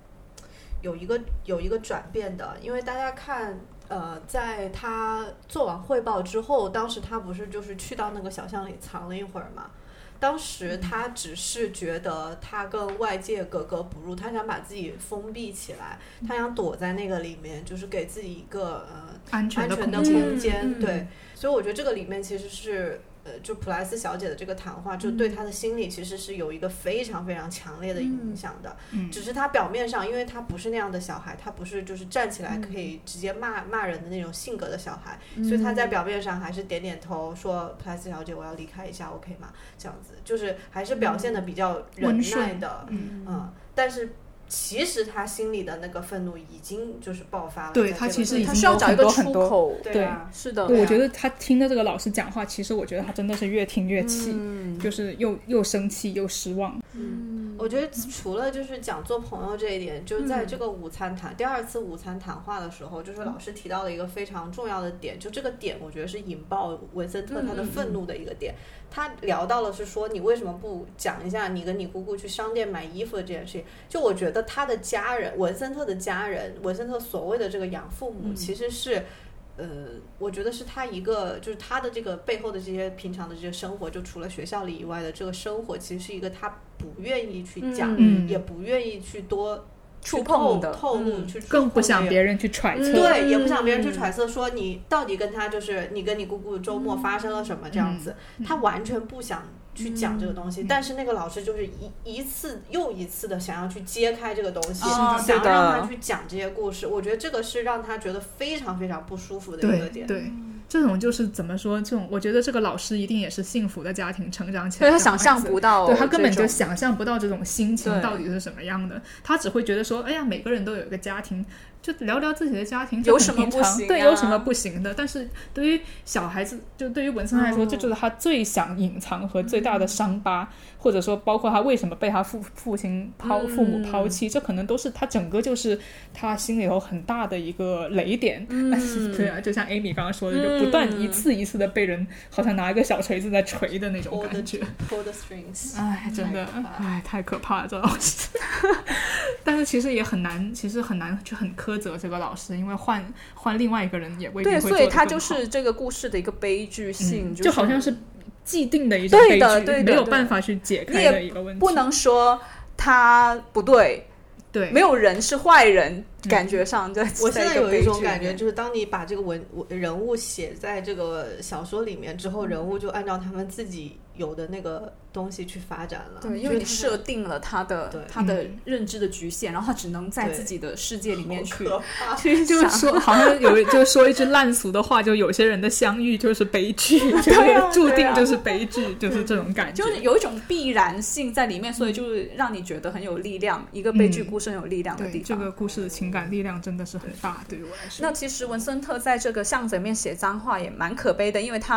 转变的。因为大家看在他做完汇报之后，当时他不是就是去到那个小巷里藏了一会儿嘛。当时他只是觉得他跟外界格格不入，他想把自己封闭起来，他想躲在那个里面，就是给自己一个安全的空间。对，所以我觉得这个里面其实是就普莱斯小姐的这个谈话，就对她的心理其实是有一个非常非常强烈的影响的。只是她表面上，因为她不是那样的小孩，她不是就是站起来可以直接骂人的那种性格的小孩，所以她在表面上还是点点头说普莱斯小姐我要离开一下 OK 吗？这样子就是还是表现的比较忍耐的。但是其实他心里的那个愤怒已经就是爆发了。 对，他其实已经需要找一个出口。 对， 是的。 我觉得他听着这个老师讲话，其实我觉得他真的是越听越气，就是又生气又失望。 我觉得除了就是讲做朋友这一点，就在这个第二次午餐谈话的时候，就是老师提到了一个非常重要的点，就这个点我觉得是引爆文森特他的愤怒的一个点。他聊到了是说你为什么不讲一下你跟你姑姑去商店买衣服的这件事情。就我觉得他的家人，文森特的家人，文森特所谓的这个养父母，其实是我觉得是他一个就是他的这个背后的这些平常的这些生活，就除了学校里以外的这个生活，其实是一个他不愿意去讲，也不愿意去多触碰的透露，去更不想别人去揣测。 对，也不想别人去揣测说你到底跟他就是你跟你姑姑周末发生了什么这样子。他完全不想去讲这个东西，但是那个老师就是一次又一次的想要去揭开这个东西，想要让他去讲这些故事。我觉得这个是让他觉得非常非常不舒服的一个点。 对，这种就是怎么说，这种我觉得这个老师一定也是幸福的家庭成长起来的， 对，他想象不到， 对，他根本就想象不到这种心情到底是什么样的。他只会觉得说，哎呀，每个人都有一个家庭，就聊聊自己的家庭有什么不行， 对，有什么不行的。但是对于小孩子，就对于文森来说，这就是他最想隐藏和最大的伤疤，或者说包括他为什么被他父母抛弃，这可能都是他整个就是他心里头很大的一个雷点。对啊，就像 Amy 刚刚说的，就不断一次一次的被人好像拿一个小锤子在锤的那种感觉。 Pull the strings， 哎，真的，哎，太可怕了，这老师。但是其实也很难，去很苛责这个老师，因为换另外一个人也未必会做得更好。 对，所以他就是这个故事的一个悲剧性， 就好像是既定的一种悲剧，没有办法去解开的一个问题。 不能说他不对， 对， 没有人是坏人。感觉上我现在有一种感觉，就是当你把这个人物写在这个小说里面之后，人物就按照他们自己有的那个东西去发展了。 对，因为你设定了他的认知的局限，然后他只能在自己的世界里面去就说好像就说一句烂俗的话，就有些人的相遇就是悲剧，就是注定就是悲剧，就是这种感觉， 就是有一种必然性在里面，所以就是让你觉得很有力量，一个悲剧故事很有力量的地方。 这个故事的情感力量真的是很大，对于我来说。 那其实文森特在这个巷子里面写脏话也蛮可悲的，因为他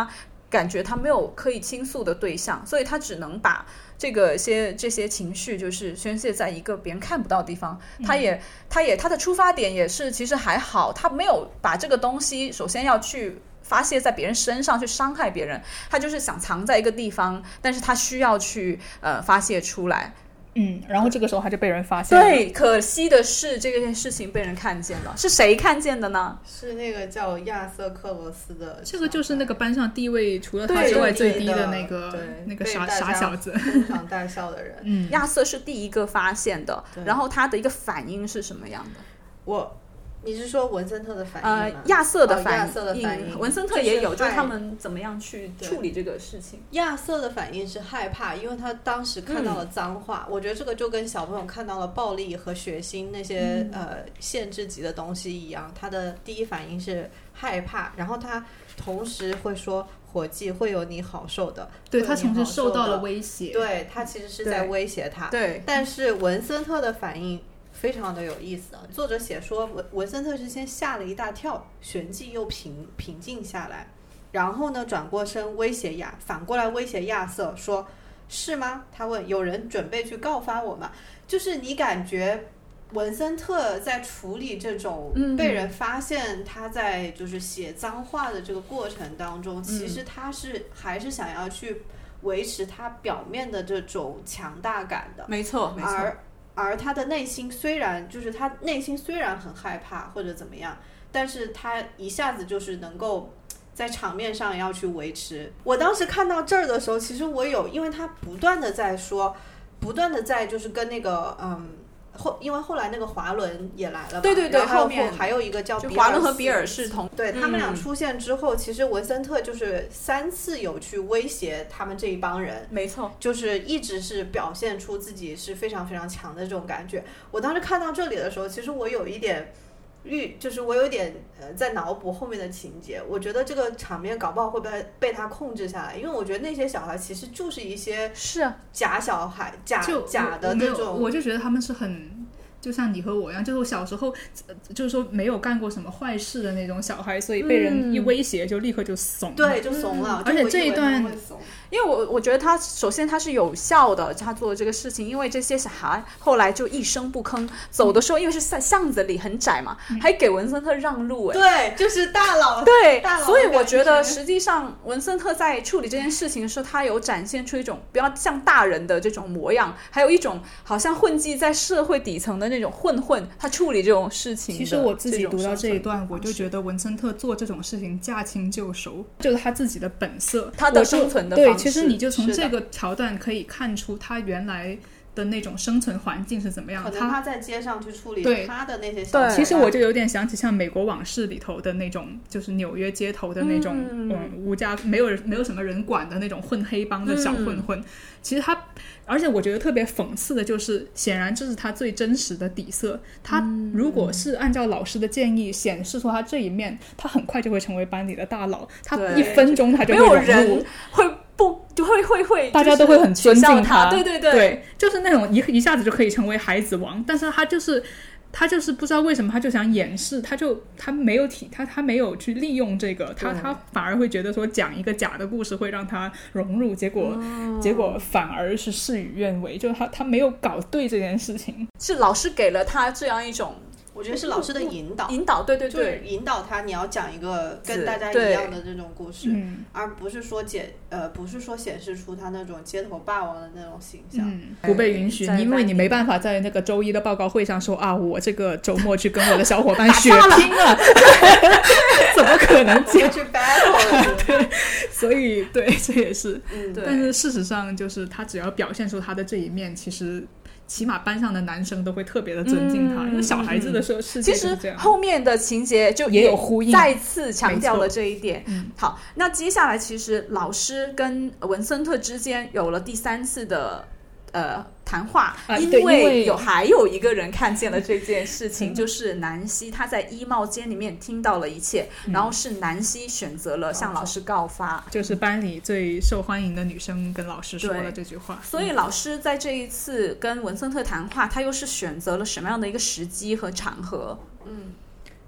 感觉他没有可以倾诉的对象，所以他只能把这些情绪就是宣泄在一个别人看不到的地方。他的出发点也是其实还好，他没有把这个东西首先要去发泄在别人身上去伤害别人，他就是想藏在一个地方，但是他需要去发泄出来。 然后这个时候他就被人发现了。 对，可惜的是这件事情被人看见了，是谁看见的呢？ 是那个叫亚瑟克罗斯的， 这个就是那个班上地位除了他之外最低的那个傻小子， 哄堂大笑的人。 亚瑟是第一个发现的，然后他的一个反应是什么样的？ 你是说文森特的反应吗？ 亚瑟的反应， 文森特也有，就是他们怎么样去处理这个事情。 亚瑟的反应是害怕，因为他当时看到了脏话。我觉得这个就跟小朋友看到了暴力和血腥那些限制级的东西一样，他的第一反应是害怕，然后他同时会说伙计会有你好受的。 对，他同时受到了威胁。 对，他其实是在威胁他。 对， 但是文森特的反应非常的有意思啊！作者写说文森特是先吓了一大跳，旋即又平静下来，然后呢转过身反过来威胁亚瑟说：“是吗？”他问：“有人准备去告发我吗？”就是你感觉文森特在处理这种被人发现他在就是写脏话的这个过程当中，其实他还是想要去维持他表面的这种强大感的。 没错，没错。 而他的内心虽然很害怕或者怎么样，但是他一下子就是能够在场面上要去维持。我当时看到这儿的时候，其实因为他不断的在就是跟那个因为后来那个华伦也来了嘛， 对， 然后后面还有一个叫华伦和比尔是同， 对，他们俩出现之后，其实文森特就是3次有去威胁他们这一帮人， 没错， 就是一直是表现出自己是非常非常强的这种感觉。我当时看到这里的时候，其实我有一点就是我有点在脑补后面的情节，我觉得这个场面搞不好会被他控制下来，因为我觉得那些小孩其实就是一些假小孩，假的那种。 我就觉得他们是很就像你和我一样，就是我小时候就是说没有干过什么坏事的那种小孩，所以被人一威胁就立刻就怂了， 对，就怂了。 而且这一段因为我觉得他首先他是有效的，他做这个事情，因为这些小孩后来就一声不吭，走的时候因为是在巷子里很窄嘛，还给文森特让路。 对，就是大佬。 对，所以我觉得实际上文森特在处理这件事情的时候，他有展现出一种比较像大人的这种模样，还有一种好像混迹在社会底层的那种混，他处理这种事情的。 其实我自己读到这一段，我就觉得文森特做这种事情驾轻就熟，就是他自己的本色， 他的生存的方式。 对，其实你就从这个桥段可以看出他原来的那种生存环境是怎么样。 可能他在街上去处理他的那些小孩。 其实我就有点想起像美国往事里头的那种，就是纽约街头的那种无家没有什么人管的那种混黑帮的小混混。其实他，而且我觉得特别讽刺的就是，显然这是他最真实的底色。他如果是按照老师的建议显示出他这一面，他很快就会成为班里的大佬，他1分钟他就会融入， 没有人会大家都会很尊敬他。 对， 就是那种一下子就可以成为孩子王，但是他就是不知道为什么他就想掩饰，他没有去利用这个，他反而会觉得说讲一个假的故事会让他融入，结果反而是事与愿违，就他没有搞对这件事情， 是老师给了他这样一种。 我觉得是老师的引导， 对， 就是引导他，你要讲一个跟大家一样的这种故事，而不是说显示出他那种街头霸王的那种形象， 不被允许，因为你没办法在那个周一的报告会上说啊，我这个周末去跟我的小伙伴血拼了，怎么可能去 battle？ 对，所以对，这也是，但是事实上就是他只要表现出他的这一面，其实。起码班上的男生都会特别的尊敬他，因为小孩子的时候世界就是这样。 其实后面的情节就也有呼应， 再次强调了这一点。好，那接下来其实老师跟文森特之间有了第3次的谈话，因为还有一个人看见了这件事情，就是南希，她在衣帽间里面听到了一切，然后是南希选择了向老师告发， 就是班里最受欢迎的女生跟老师说了这句话。 所以老师在这一次跟文森特谈话，他又是选择了什么样的一个时机和场合？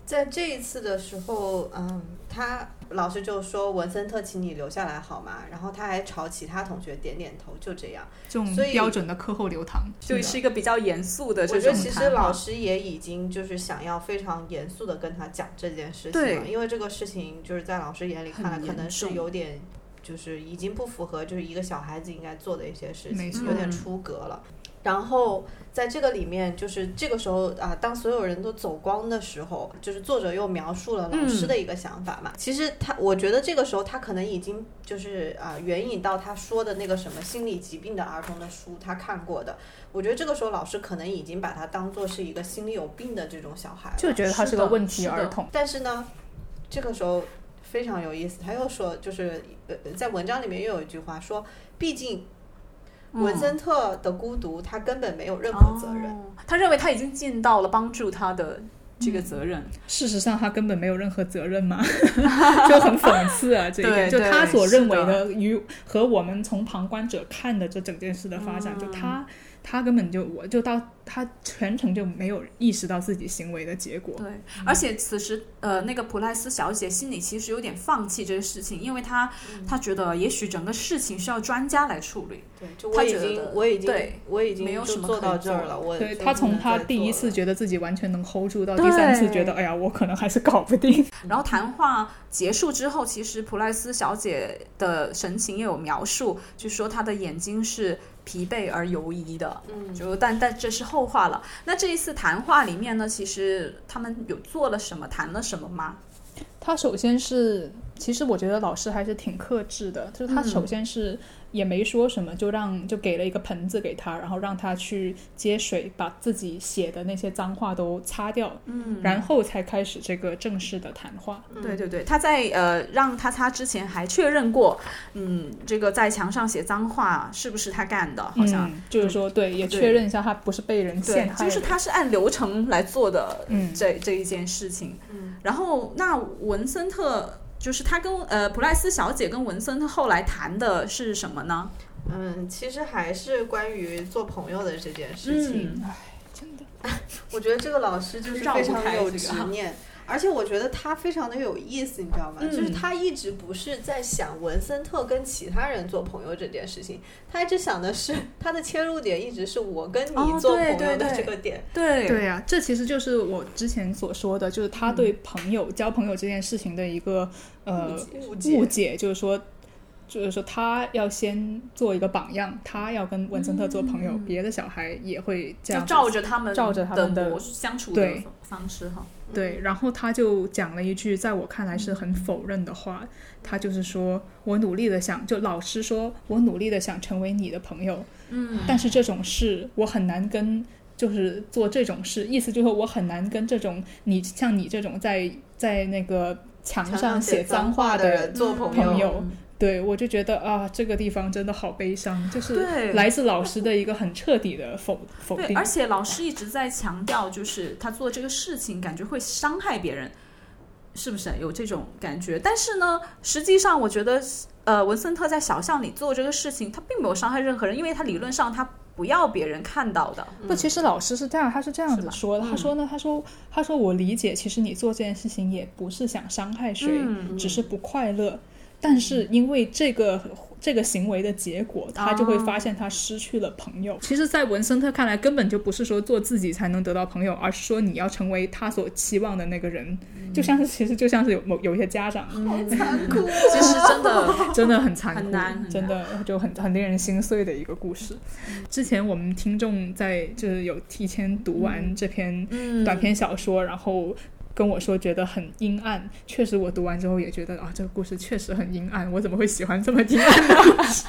在这一次的时候，他老师就说文森特，请你留下来好吗？然后他还朝其他同学点点头，就这样。 这种标准的课后留堂， 就是一个比较严肃的这种谈话。 我觉得其实老师也已经就是想要非常严肃的跟他讲这件事情了，因为这个事情就是在老师眼里看来可能是有点就是已经不符合就是一个小孩子应该做的一些事情，有点出格了。然后在这个里面，就是这个时候当所有人都走光的时候，就是作者又描述了老师的一个想法嘛。其实我觉得这个时候他可能已经就是援引到他说的那个什么心理疾病的儿童的书，他看过的。我觉得这个时候老师可能已经把他当作是一个心理有病的这种小孩了， 就觉得他是个问题儿童。 但是呢，这个时候非常有意思，他又说就是在文章里面又有一句话说，毕竟文森特的孤独他根本没有任何责任， 他认为他已经尽到了帮助他的这个责任。 事实上他根本没有任何责任嘛就很讽刺啊这一点。就他所认为的和我们从旁观者看的这整件事的发展，就他根本就到他全程就没有意识到自己行为的结果。 对，而且此时那个普赖斯小姐心里其实有点放弃这个事情，因为她觉得也许整个事情需要专家来处理。 对，就我已经没有什么做到这儿了。 对，她从她第一次觉得自己完全能 hold 住，到第三次觉得哎呀我可能还是搞不定。 然后谈话结束之后，其实普赖斯小姐的神情也有描述，就是说她的眼睛是疲惫而犹疑的，但这是后话了。那这一次谈话里面呢，其实他们有做了什么，谈了什么吗？ 他首先是，其实我觉得老师还是挺克制的，就是他首先是也没说什么，就给了一个盆子给他，然后让他去接水，把自己写的那些脏话都擦掉，然后才开始这个正式的谈话。 对对对，他在让他擦之前还确认过，这个在墙上写脏话是不是他干的？好像就是说对，也确认一下他不是被人陷害的， 就是他是按流程来做的这一件事情。然后那文森特就是他跟普赖斯小姐跟文森特后来谈的是什么呢？ 其实还是关于做朋友的这件事情。 真的， 我觉得这个老师就是非常有执念。而且我觉得他非常的有意思，你知道吗？就是他一直不是在想文森特跟其他人做朋友这件事情，他一直想的是他的切入点一直是我跟你做朋友的这个点。 对啊，这其实就是我之前所说的，就是他对交朋友这件事情的一个误解，就是说他要先做一个榜样，他要跟文森特做朋友，别的小孩也会这样照着他们的相处的方式哈。 对，然后他就讲了一句在我看来是很否认的话，他就是说我努力的想，就老师说我努力的想成为你的朋友，但是这种事我很难跟，就是做这种事，意思就是我很难跟这种像你这种在那个墙上写脏话的人做朋友。对，我就觉得这个地方真的好悲伤，就是来自老师的一个很彻底的否定。 对，而且老师一直在强调，就是他做这个事情感觉会伤害别人，是不是有这种感觉？但是呢，实际上我觉得文森特在小巷里做这个事情，他并没有伤害任何人，因为他理论上他不要别人看到的。 不，其实老师是这样，他是这样子说的。他说呢，他说我理解，其实你做这件事情也不是想伤害谁，只是不快乐。但是因为这个行为的结果，他就会发现他失去了朋友。其实在文森特看来，根本就不是说做自己才能得到朋友，而是说你要成为他所期望的那个人。其实就像是有一些家长好残酷其实真的很残酷， 很难， 真的就很令人心碎的一个故事。之前我们听众就是有提前读完这篇短篇小说，然后跟我说觉得很阴暗，确实我读完之后也觉得这个故事确实很阴暗，我怎么会喜欢这么阴暗的故事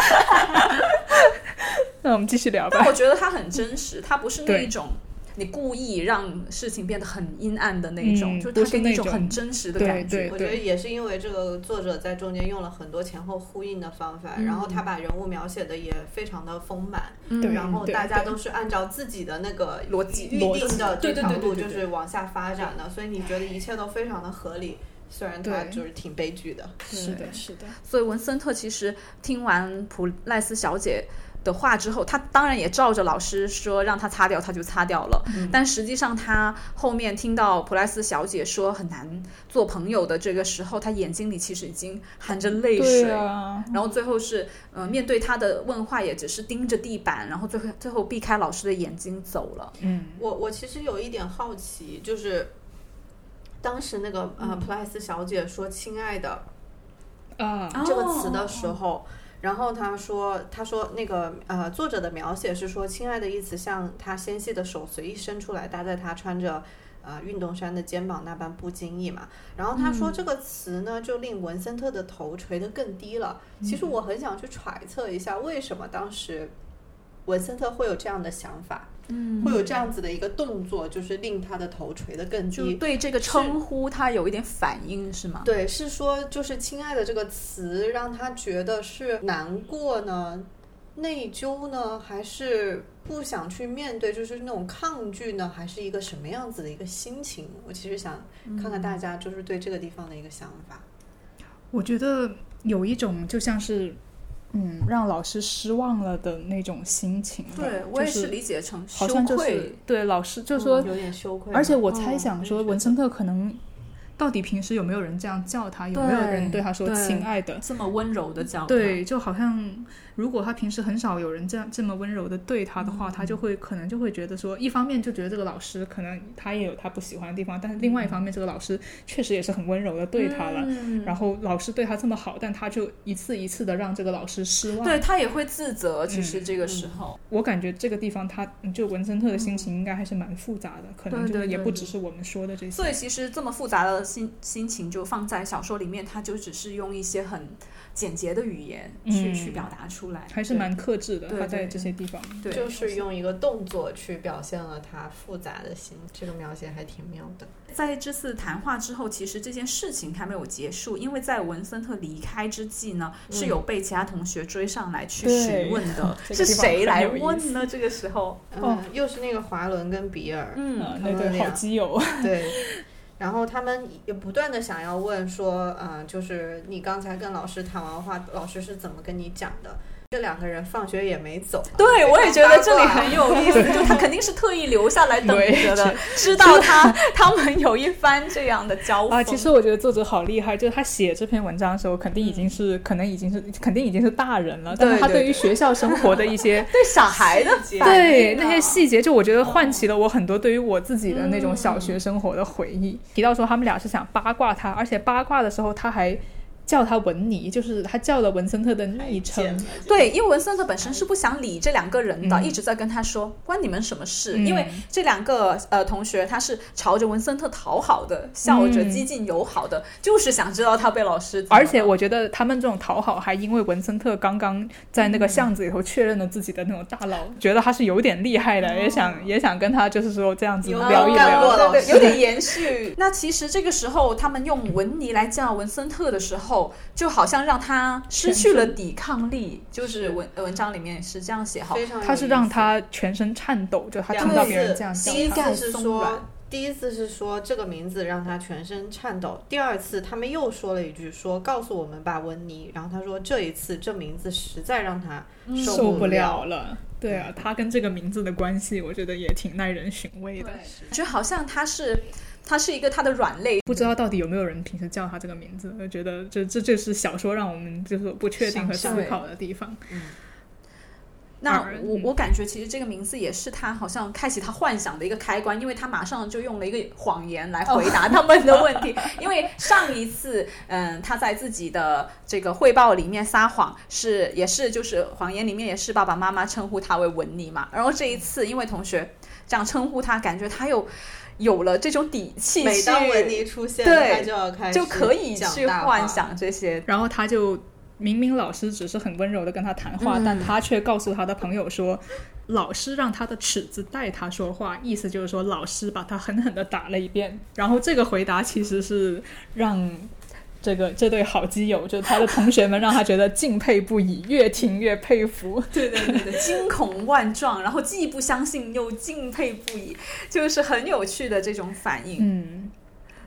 那我们继续聊吧。 但我觉得它很真实，它不是那一种你故意让事情变得很阴暗的那种，就是它给你一种很真实的感觉。 我觉得也是因为这个作者在中间用了很多前后呼应的方法，然后他把人物描写的也非常的丰满，然后大家都是按照自己的那个逻辑预定的这条路就是往下发展的，所以你觉得一切都非常的合理，虽然它就是挺悲剧的。 是的。 所以文森特其实听完普赖斯小姐的话之后，他当然也照着老师说让他擦掉，他就擦掉了。但实际上他后面听到普莱斯小姐说很难做朋友的这个时候，他眼睛里其实已经含着泪水。然后最后是面对他的问话也只是盯着地板，然后最后避开老师的眼睛走了。 我其实有一点好奇，就是当时那个普莱斯小姐说亲爱的这个词的时候，然后他说那个作者的描写是说亲爱的意思像他纤细的手随意伸出来搭在他穿着运动衫的肩膀那般不经意嘛。然后他说这个词呢就令文森特的头垂得更低了。其实我很想去揣测一下为什么当时文森特会有这样的想法，会有这样子的一个动作，就是令他的头垂得更低， 就对这个称呼他有一点反应是吗？ 对，是说就是亲爱的这个词让他觉得是难过呢，内疚呢，还是不想去面对，就是那种抗拒呢，还是一个什么样子的一个心情？我其实想看看大家就是对这个地方的一个想法。 我觉得有一种就像是让老师失望了的那种心情。 对，我也是理解成羞愧， 好像就是对老师就是说有点羞愧。 而且我猜想说文森特可能到底平时有没有人这样叫他，有没有人对他说亲爱的， 这么温柔的叫他。 对，就好像如果他平时很少有人这么温柔的对他的话，他就会可能就会觉得说，一方面就觉得这个老师可能他也有他不喜欢的地方，但是另外一方面这个老师确实也是很温柔的对他了，然后老师对他这么好，但他就一次一次的让这个老师失望。 对，他也会自责。其实这个时候我感觉这个地方他就文森特的心情应该还是蛮复杂的，可能就是也不只是我们说的这些。 所以其实这么复杂的心情就放在小说里面，他就只是用一些很简洁的语言去表达出来， 还是蛮克制的。他在这些地方对就是用一个动作去表现了他复杂的心，这个描写还挺妙的。 在这次谈话之后，其实这件事情还没有结束，因为在文森特离开之际呢，是有被其他同学追上来去询问的。是谁来问呢？这个时候又是那个华伦跟比尔， 那对好基友。 对然后他们也不断的想要问说就是你刚才跟老师谈完话，老师是怎么跟你讲的？这两个人放学也没走。 对，我也觉得这里很有意思，就他肯定是特意留下来等着的，知道他们有一番这样的交锋其实我觉得作者好厉害，就是他写这篇文章的时候肯定已经是大人了，但是他对于学校生活的一些对小孩的对那些细节，就我觉得唤起了我很多对于我自己的那种小学生活的回忆。提到说他们俩是想八卦他，而且八卦的时候他还叫他文尼，就是他叫了文森特的昵称。 对，因为文森特本身是不想理这两个人的，一直在跟他说关你们什么事，因为这两个同学他是朝着文森特讨好的，笑着激进友好的，就是想知道他被老师而且我觉得他们这种讨好还因为文森特刚刚在那个巷子里头确认了自己的那种大佬，觉得他是有点厉害的，也想跟他就是说这样子聊一聊， 对，有点延续。那其实这个时候他们用文尼来叫文森特的时候，就好像让他失去了抵抗力，就是文章里面是这样写好， 他是让他全身颤抖，就他听到别人这样讲。 第一次是说这个名字让他全身颤抖，第二次他们又说了一句说告诉我们吧文尼，然后他说这一次这名字实在让他受不了了。对啊，他跟这个名字的关系我觉得也挺耐人寻味的， 就好像他是一个他的软肋， 不知道到底有没有人平时叫他这个名字，我觉得这就是小说让我们就是不确定和思考的地方。 那我感觉其实这个名字也是他好像开启他幻想的一个开关，因为他马上就用了一个谎言来回答他们的问题。因为上一次他在自己的这个汇报里面撒谎也是就是谎言里面也是爸爸妈妈称呼他为文尼嘛，然后这一次因为同学这样称呼他，感觉他有了这种底气， 每当文尼出现他就要开始就可以去幻想这些， 然后他就明明老师只是很温柔的跟他谈话，但他却告诉他的朋友说老师让他的尺子带他说话，意思就是说老师把他狠狠的打了一遍。然后这个回答其实是让这对好基友，就他的同学们让他觉得敬佩不已，越听越佩服。 对，惊恐万状，然后既不相信又敬佩不已，就是很有趣的这种反应。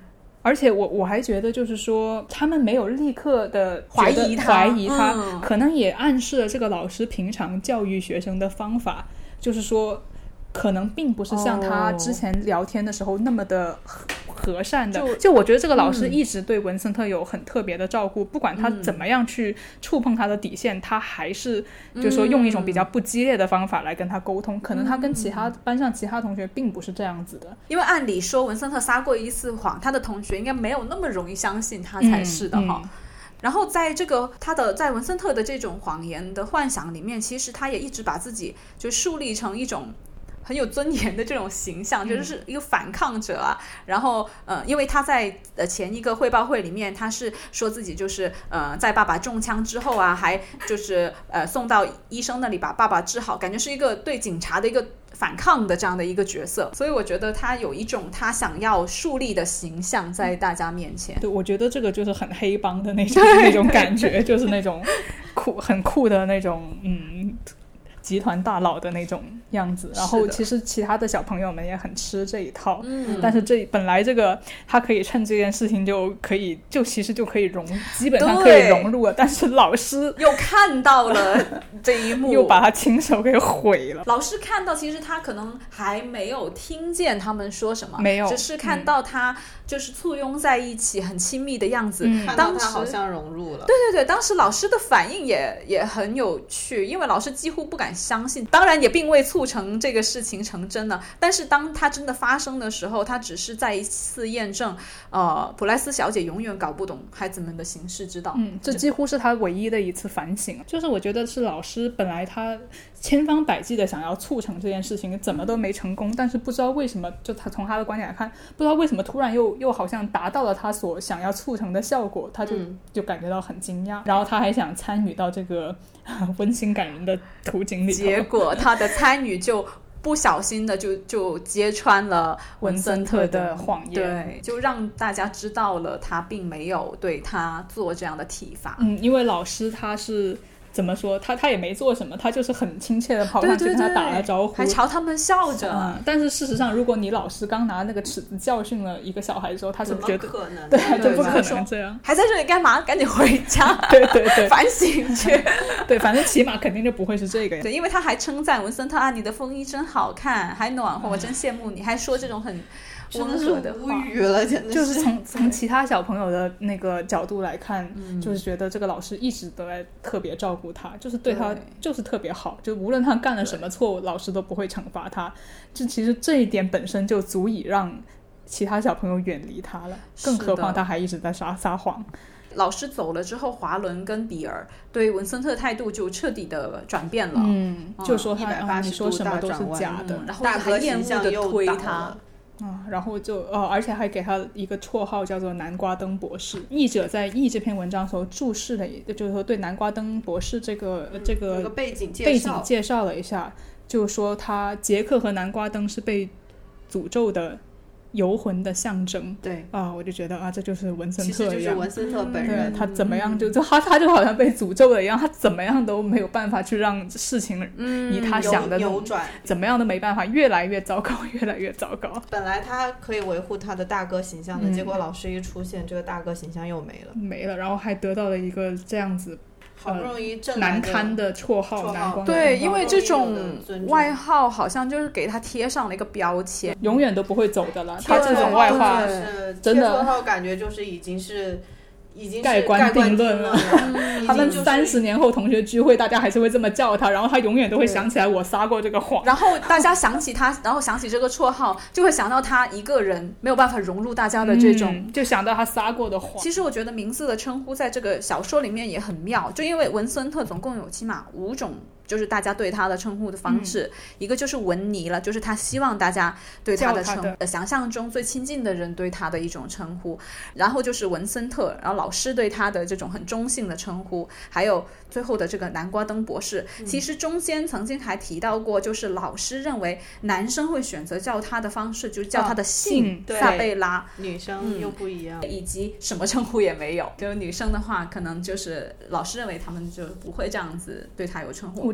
而且我还觉得就是说他们没有立刻的怀疑他， 可能也暗示了这个老师平常教育学生的方法，就是说可能并不是像他之前聊天的时候那么的和善的，就我觉得这个老师一直对文森特有很特别的照顾，不管他怎么样去触碰他的底线，他还是就是说用一种比较不激烈的方法来跟他沟通，可能他跟班上其他同学并不是这样子的， 因为按理说文森特撒过一次谎，他的同学应该没有那么容易相信他才是的哈。然后在这个在文森特的这种谎言的幻想里面，其实他也一直把自己就树立成一种很有尊严的这种形象，就是一个反抗者啊。然后因为他在前一个汇报会里面，他是说自己就是在爸爸中枪之后啊，还就是送到医生那里把爸爸治好，感觉是一个对警察的一个反抗的这样的一个角色。所以我觉得他有一种他想要树立的形象在大家面前。 对，我觉得这个就是很黑帮的那种感觉，就是那种很酷的那种集团大佬的那种样子。然后其实其他的小朋友们也很吃这一套，但是本来这个他可以趁这件事情其实就可以基本上可以融入了，但是老师又看到了这一幕， 又把他亲手给毁了。 老师看到，其实他可能还没有听见他们说什么， 没有， 只是看到他就是簇拥在一起很亲密的样子， 看到他好像融入了。 对对对，当时老师的反应也很有趣，因为老师几乎不敢相信，当然也并未促成这个事情成真了。但是当它真的发生的时候，他只是再一次验证普莱斯小姐永远搞不懂孩子们的行事之道。 这几乎是他唯一的一次反省。就是我觉得是老师本来他千方百计的想要促成这件事情，怎么都没成功，但是不知道为什么，就他从他的观点来看，不知道为什么突然又好像达到了他所想要促成的效果，他就感觉到很惊讶。然后他还想参与到这个温馨感人的途径里头， 结果他的参与就不小心的就揭穿了文森特的谎言， 对，就让大家知道了他并没有对他做这样的体罚。 因为老师他是怎么说，他也没做什么，他就是很亲切的跑上去跟他打了招呼， 还朝他们笑着。 但是事实上，如果你老师刚拿那个尺子教训了一个小孩的时候，他是觉得怎么可能？ 对，就不可能这样， 还在这里干嘛？赶紧回家！ 对对对， 反省去。 对，反正起码肯定就不会是这个。 对，因为他还称赞文森特啊，你的风衣真好看，还暖和，我真羡慕你，还说这种很温和的话， 无语了，真的就是从其他小朋友的那个角度来看，就是觉得这个老师一直都在特别照顾他，就是对他就是特别好，就无论他干了什么错误，老师都不会惩罚他。就其实这一点本身就足以让其他小朋友远离他了，更何况他还一直在撒谎。 老师走了之后，华伦跟比尔对文森特的态度就彻底的转变了， 就说他你说什么都是假的， 然后还厌恶的推他。 然后就而且还给他一个绰号叫做南瓜灯博士。译者在译这篇文章的时候注释了，就是说对南瓜灯博士这个背景介绍了一下，就是说杰克和南瓜灯是被诅咒的游魂的象征。 对我就觉得这就是文森特一样， 其实就是文森特本人， 他怎么样他就好像被诅咒了一样，他怎么样都没有办法去让事情以他想的扭转， 怎么样都没办法，越来越糟糕，越来越糟糕。 本来他可以维护他的大哥形象的，结果老师一出现，这个大哥形象又没了， 然后还得到了一个这样子好不容易难堪的绰号南瓜。 对，因为这种外号好像就是给他贴上了一个标签， 永远都不会走的了。他这种外号真的贴绰号感觉就是已经是盖棺定论了。他们30年后同学聚会，大家还是会这么叫他，然后他永远都会想起来我撒过这个谎。 然后大家想起他，然后想起这个绰号，就会想到他一个人没有办法融入大家的这种， 就想到他撒过的谎。 其实我觉得名字的称呼在这个小说里面也很妙，就因为文森特总共有起码5种。就是大家对他的称呼的方式，一个就是文尼了，就是他希望大家对他的想象中最亲近的人对他的一种称呼，然后就是文森特，然后老师对他的这种很中性的称呼，还有最后的这个南瓜灯博士。其实中间曾经还提到过，就是老师认为男生会选择叫他的方式就是叫他的姓萨贝拉， 女生又不一样， 以及什么称呼也没有，就是女生的话可能就是老师认为他们就不会这样子对他有称呼。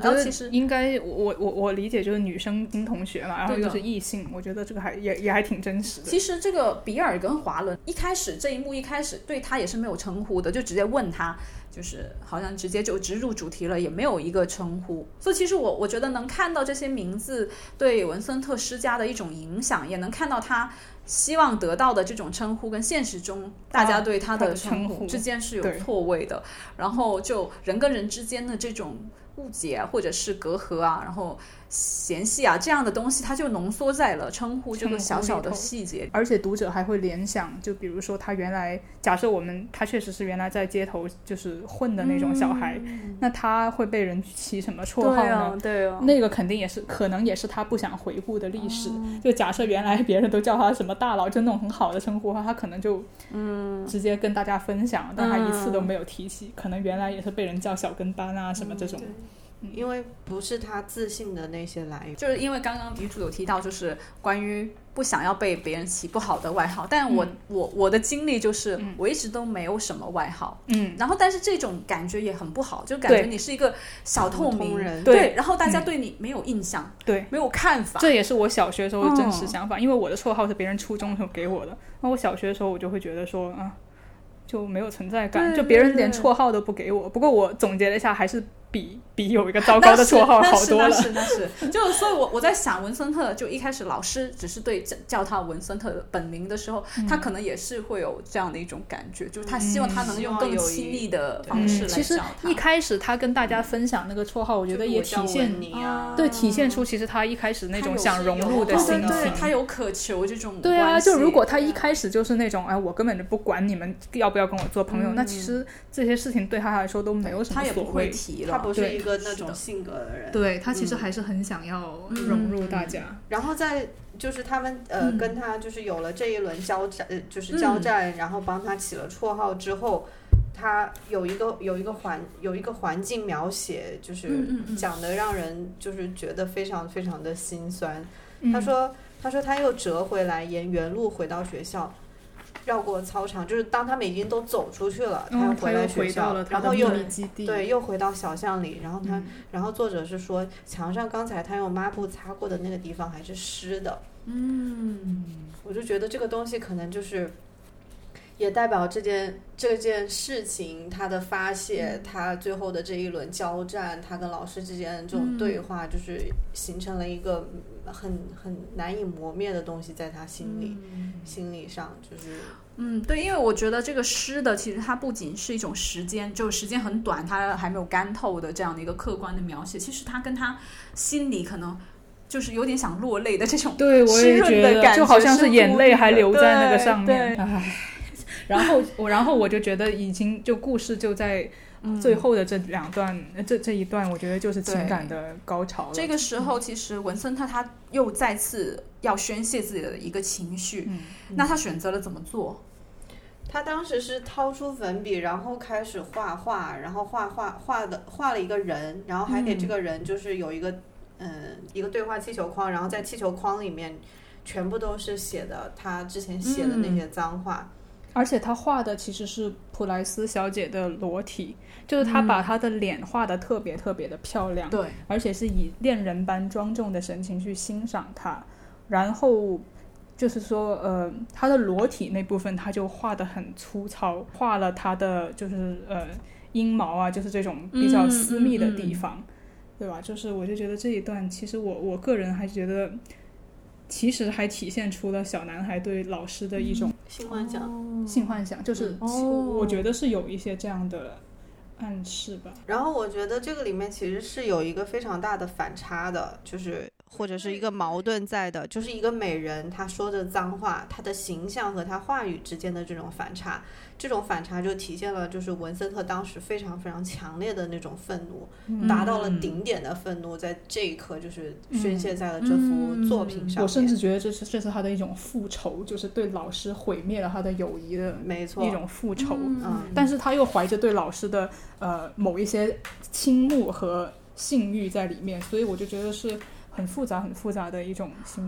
觉得其实应该我理解就是女生新同学嘛，然后又是异性，我觉得这个也还挺真实的。 其实这个比尔跟华伦这一幕一开始对他也是没有称呼的，就直接问他，就是好像直接就直入主题了，也没有一个称呼。所以其实我觉得能看到这些名字对文森特施加的一种影响，也能看到他希望得到的这种称呼跟现实中大家对他的称呼之间是有错位的，然后就人跟人之间的这种误解啊，或者是隔阂啊，然后嫌隙啊，这样的东西它就浓缩在了称呼这个小小的细节。 而且读者还会联想，就比如说他原来假设他确实是原来在街头就是混的那种小孩，那他会被人起什么绰号呢？ 对啊， 那个肯定可能也是他不想回顾的历史。就假设原来别人都叫他什么大佬，就那种很好的称呼，他可能就直接跟大家分享，但他一次都没有提起，可能原来也是被人叫小跟班啊什么这种。 因为不是他自信的那些来源， 就是因为刚刚女主有提到，就是关于不想要被别人起不好的外号，但我的经历就是我一直都没有什么外号，然后但是这种感觉也很不好，就感觉你是一个小透明人， 对，然后大家对你没有印象， 对， 没有看法。 这也是我小学时候的真实想法，因为我的绰号是别人初中时候给我的，那我小学的时候我就会觉得说就没有存在感，就别人连绰号都不给我。不过我总结了一下，还是比有一个糟糕的绰号好多了。 那是就所以我在想，文森特就一开始老师只是对叫他文森特的本名的时候，他可能也是会有这样的一种感觉，就是他希望他能用更亲密的方式来叫他。 其实一开始他跟大家分享那个绰号，我觉得也体现体现出其实他一开始那种想融入的心情， 他有渴求这种关系。 对啊，就如果他一开始就是那种我根本就不管你们要不要跟我做朋友，那其实这些事情对他来说都没有什么所谓， 他也不会提了。 他不是一个那种性格的人， 对，他其实还是很想要融入大家。然后在就是他们跟他就是有了这一轮交战，然后帮他起了绰号之后，他有一个环境描写，就是讲的让人就是觉得非常非常的心酸。他说他又折回来，沿原路回到学校，绕过操场，就是当他们已经都走出去了，他又回来学校，然后又回到小巷里，然后作者是说墙上刚才他用抹布擦过的那个地方还是湿的。我就觉得这个东西可能就是也代表这件事情它的发泄，它最后的这一轮交战，它跟老师之间的这种对话，就是形成了一个很难以磨灭的东西在他心理上，就是对，因为我觉得这个湿的其实它不仅是一种时间，就时间很短，它还没有干透的这样的一个客观的描写，其实它跟他心里可能就是有点想落泪的这种湿润的感觉， 就好像是眼泪还留在那个上面。然后我就觉得已经就故事就在最后的这一段我觉得就是情感的高潮了。 这个时候其实文森特他又再次要宣泄自己的一个情绪，那他选择了怎么做？ 他当时是掏出粉笔，然后开始画画，然后画了一个人，然后还给这个人就是有一个对话气球框，然后在气球框里面全部都是写的他之前写的那些脏话。 而且他画的其实是普莱斯小姐的裸体，就是他把她的脸画得特别特别的漂亮， 对， 而且是以恋人般庄重的神情去欣赏她。然后就是说她的裸体那部分他就画得很粗糙，画了她的就是阴毛啊，就是这种比较私密的地方，对吧？就是我就觉得这一段其实我个人还觉得其实还体现出了小男孩对老师的一种性幻想， 就是我觉得是有一些这样的暗示吧。 然后我觉得这个里面其实是有一个非常大的反差的，就是或者是一个矛盾在的，就是一个美人她说着脏话，她的形象和她话语之间的这种反差，这种反差就体现了就是文森特当时非常非常强烈的那种愤怒，达到了顶点的愤怒，在这一刻就是宣泄在了这幅作品上面。 我甚至觉得这是他的一种复仇，就是对老师毁灭了他的友谊的一种复仇。但是他又怀着对老师的某一些倾慕和性欲在里面，所以我就觉得是很复杂的一种心情。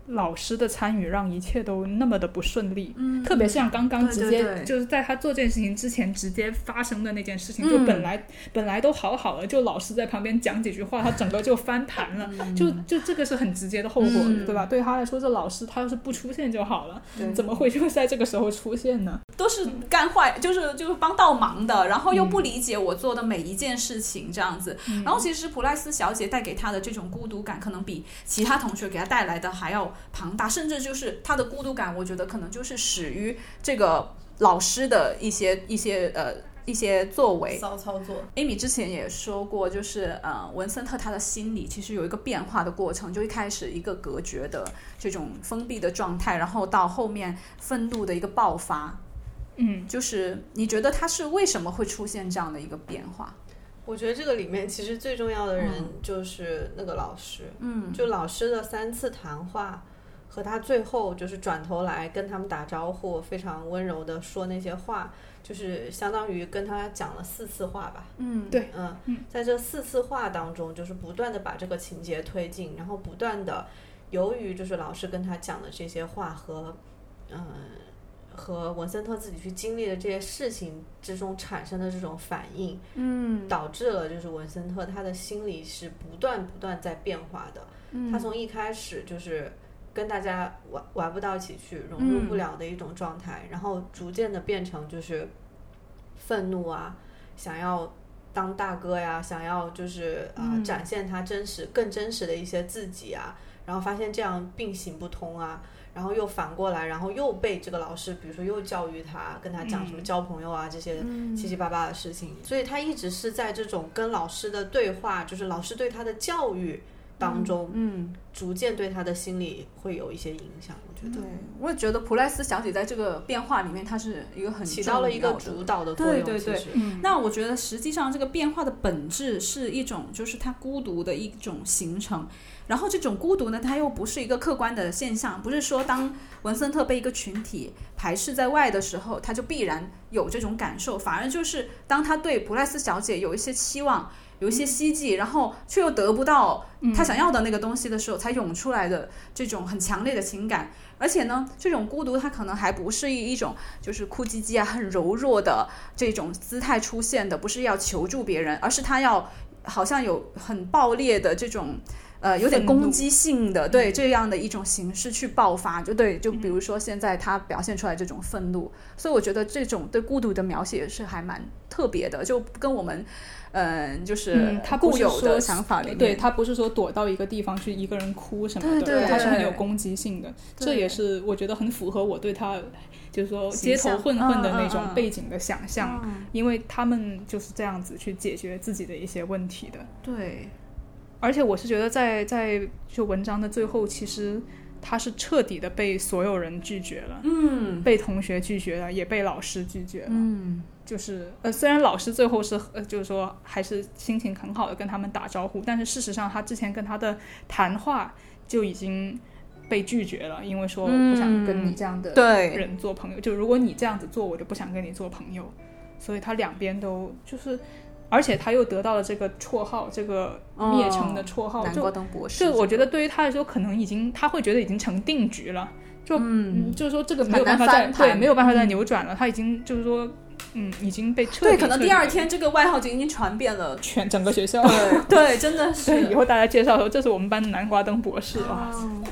老师的参与让一切都那么的不顺利，特别像刚刚直接对就是在他做这件事情之前直接发生的那件事情，就本来都好好的，就老师在旁边讲几句话，他整个就翻盘了，就这个是很直接的后果，对吧？对他来说，这老师他要是不出现就好了，怎么会就在这个时候出现呢？ 都是干坏，就是帮倒忙的，然后又不理解我做的每一件事情这样子。然后其实普赖斯小姐带给他的这种孤独感，可能比其他同学给他带来的还要庞大，甚至就是他的孤独感，我觉得可能就是始于这个老师的一些作为骚操作。 Amy 之前也说过，就是文森特他的心理其实有一个变化的过程，就一开始一个隔绝的这种封闭的状态，然后到后面愤怒的一个爆发。就是你觉得他是为什么会出现这样的一个变化？ 我觉得这个里面其实最重要的人就是那个老师，就老师的3次谈话和他最后就是转头来跟他们打招呼，非常温柔的说那些话，就是相当于跟他讲了4次话吧。 对， 在这4次话当中，就是不断的把这个情节推进，然后不断的由于就是老师跟他讲的这些话和文森特自己去经历的这些事情之中产生的这种反应，导致了就是文森特他的心理是不断在变化的。他从一开始就是跟大家玩不到一起去，融入不了的一种状态，然后逐渐的变成就是愤怒啊，想要当大哥呀，想要就是展现他更真实的一些自己啊，然后发现这样并行不通啊，然后又反过来，然后又被这个老师比如说又教育他，跟他讲什么交朋友啊，这些七七八八的事情，所以他一直是在这种跟老师的对话，就是老师对他的教育当中，逐渐对他的心理会有一些影响。我觉得， 对，我也觉得普赖斯小姐在这个变化里面，她是一个很起到了一个主导的作用。 对。那我觉得实际上这个变化的本质是一种，就是她孤独的一种形成。然后这种孤独呢，它又不是一个客观的现象，不是说当文森特被一个群体排斥在外的时候，他就必然有这种感受，反而就是当他对普赖斯小姐有一些期望，有一些希冀，然后却又得不到他想要的那个东西的时候，才涌出来的这种很强烈的情感。而且呢，这种孤独它可能还不是一种就是哭唧唧啊很柔弱的这种姿态出现的，不是要求助别人，而是他要好像有很爆裂的这种有点攻击性的对这样的一种形式去爆发，就比如说现在他表现出来这种愤怒，所以我觉得这种对孤独的描写是还蛮特别的，就跟我们就是他固有的想法里面， 对，他不是说躲到一个地方去一个人哭什么的， 对， 他是很有攻击性的，这也是我觉得很符合我对他就是说街头混混的那种背景的想象，因为他们就是这样子去解决自己的一些问题的。 对， 而且我是觉得在就文章的最后，其实他是彻底的被所有人拒绝了，被同学拒绝了，也被老师拒绝了，就是虽然老师最后是就是说还是心情很好的跟他们打招呼，但是事实上他之前跟他的谈话就已经被拒绝了，因为说我不想跟你这样的人做朋友，就如果你这样子做，我就不想跟你做朋友，所以他两边都就是。而且他又得到了这个绰号，这个灭城的绰号， 南瓜灯博士。 就我觉得对于他来说，可能他会觉得已经成定局了，就是说这个没有办法没有办法再扭转了，他已经就是说已经被彻底对，可能第二天这个外号就已经传遍了整个学校。 对，真的是。 以后大家介绍的时候，这是我们班的南瓜灯博士啊。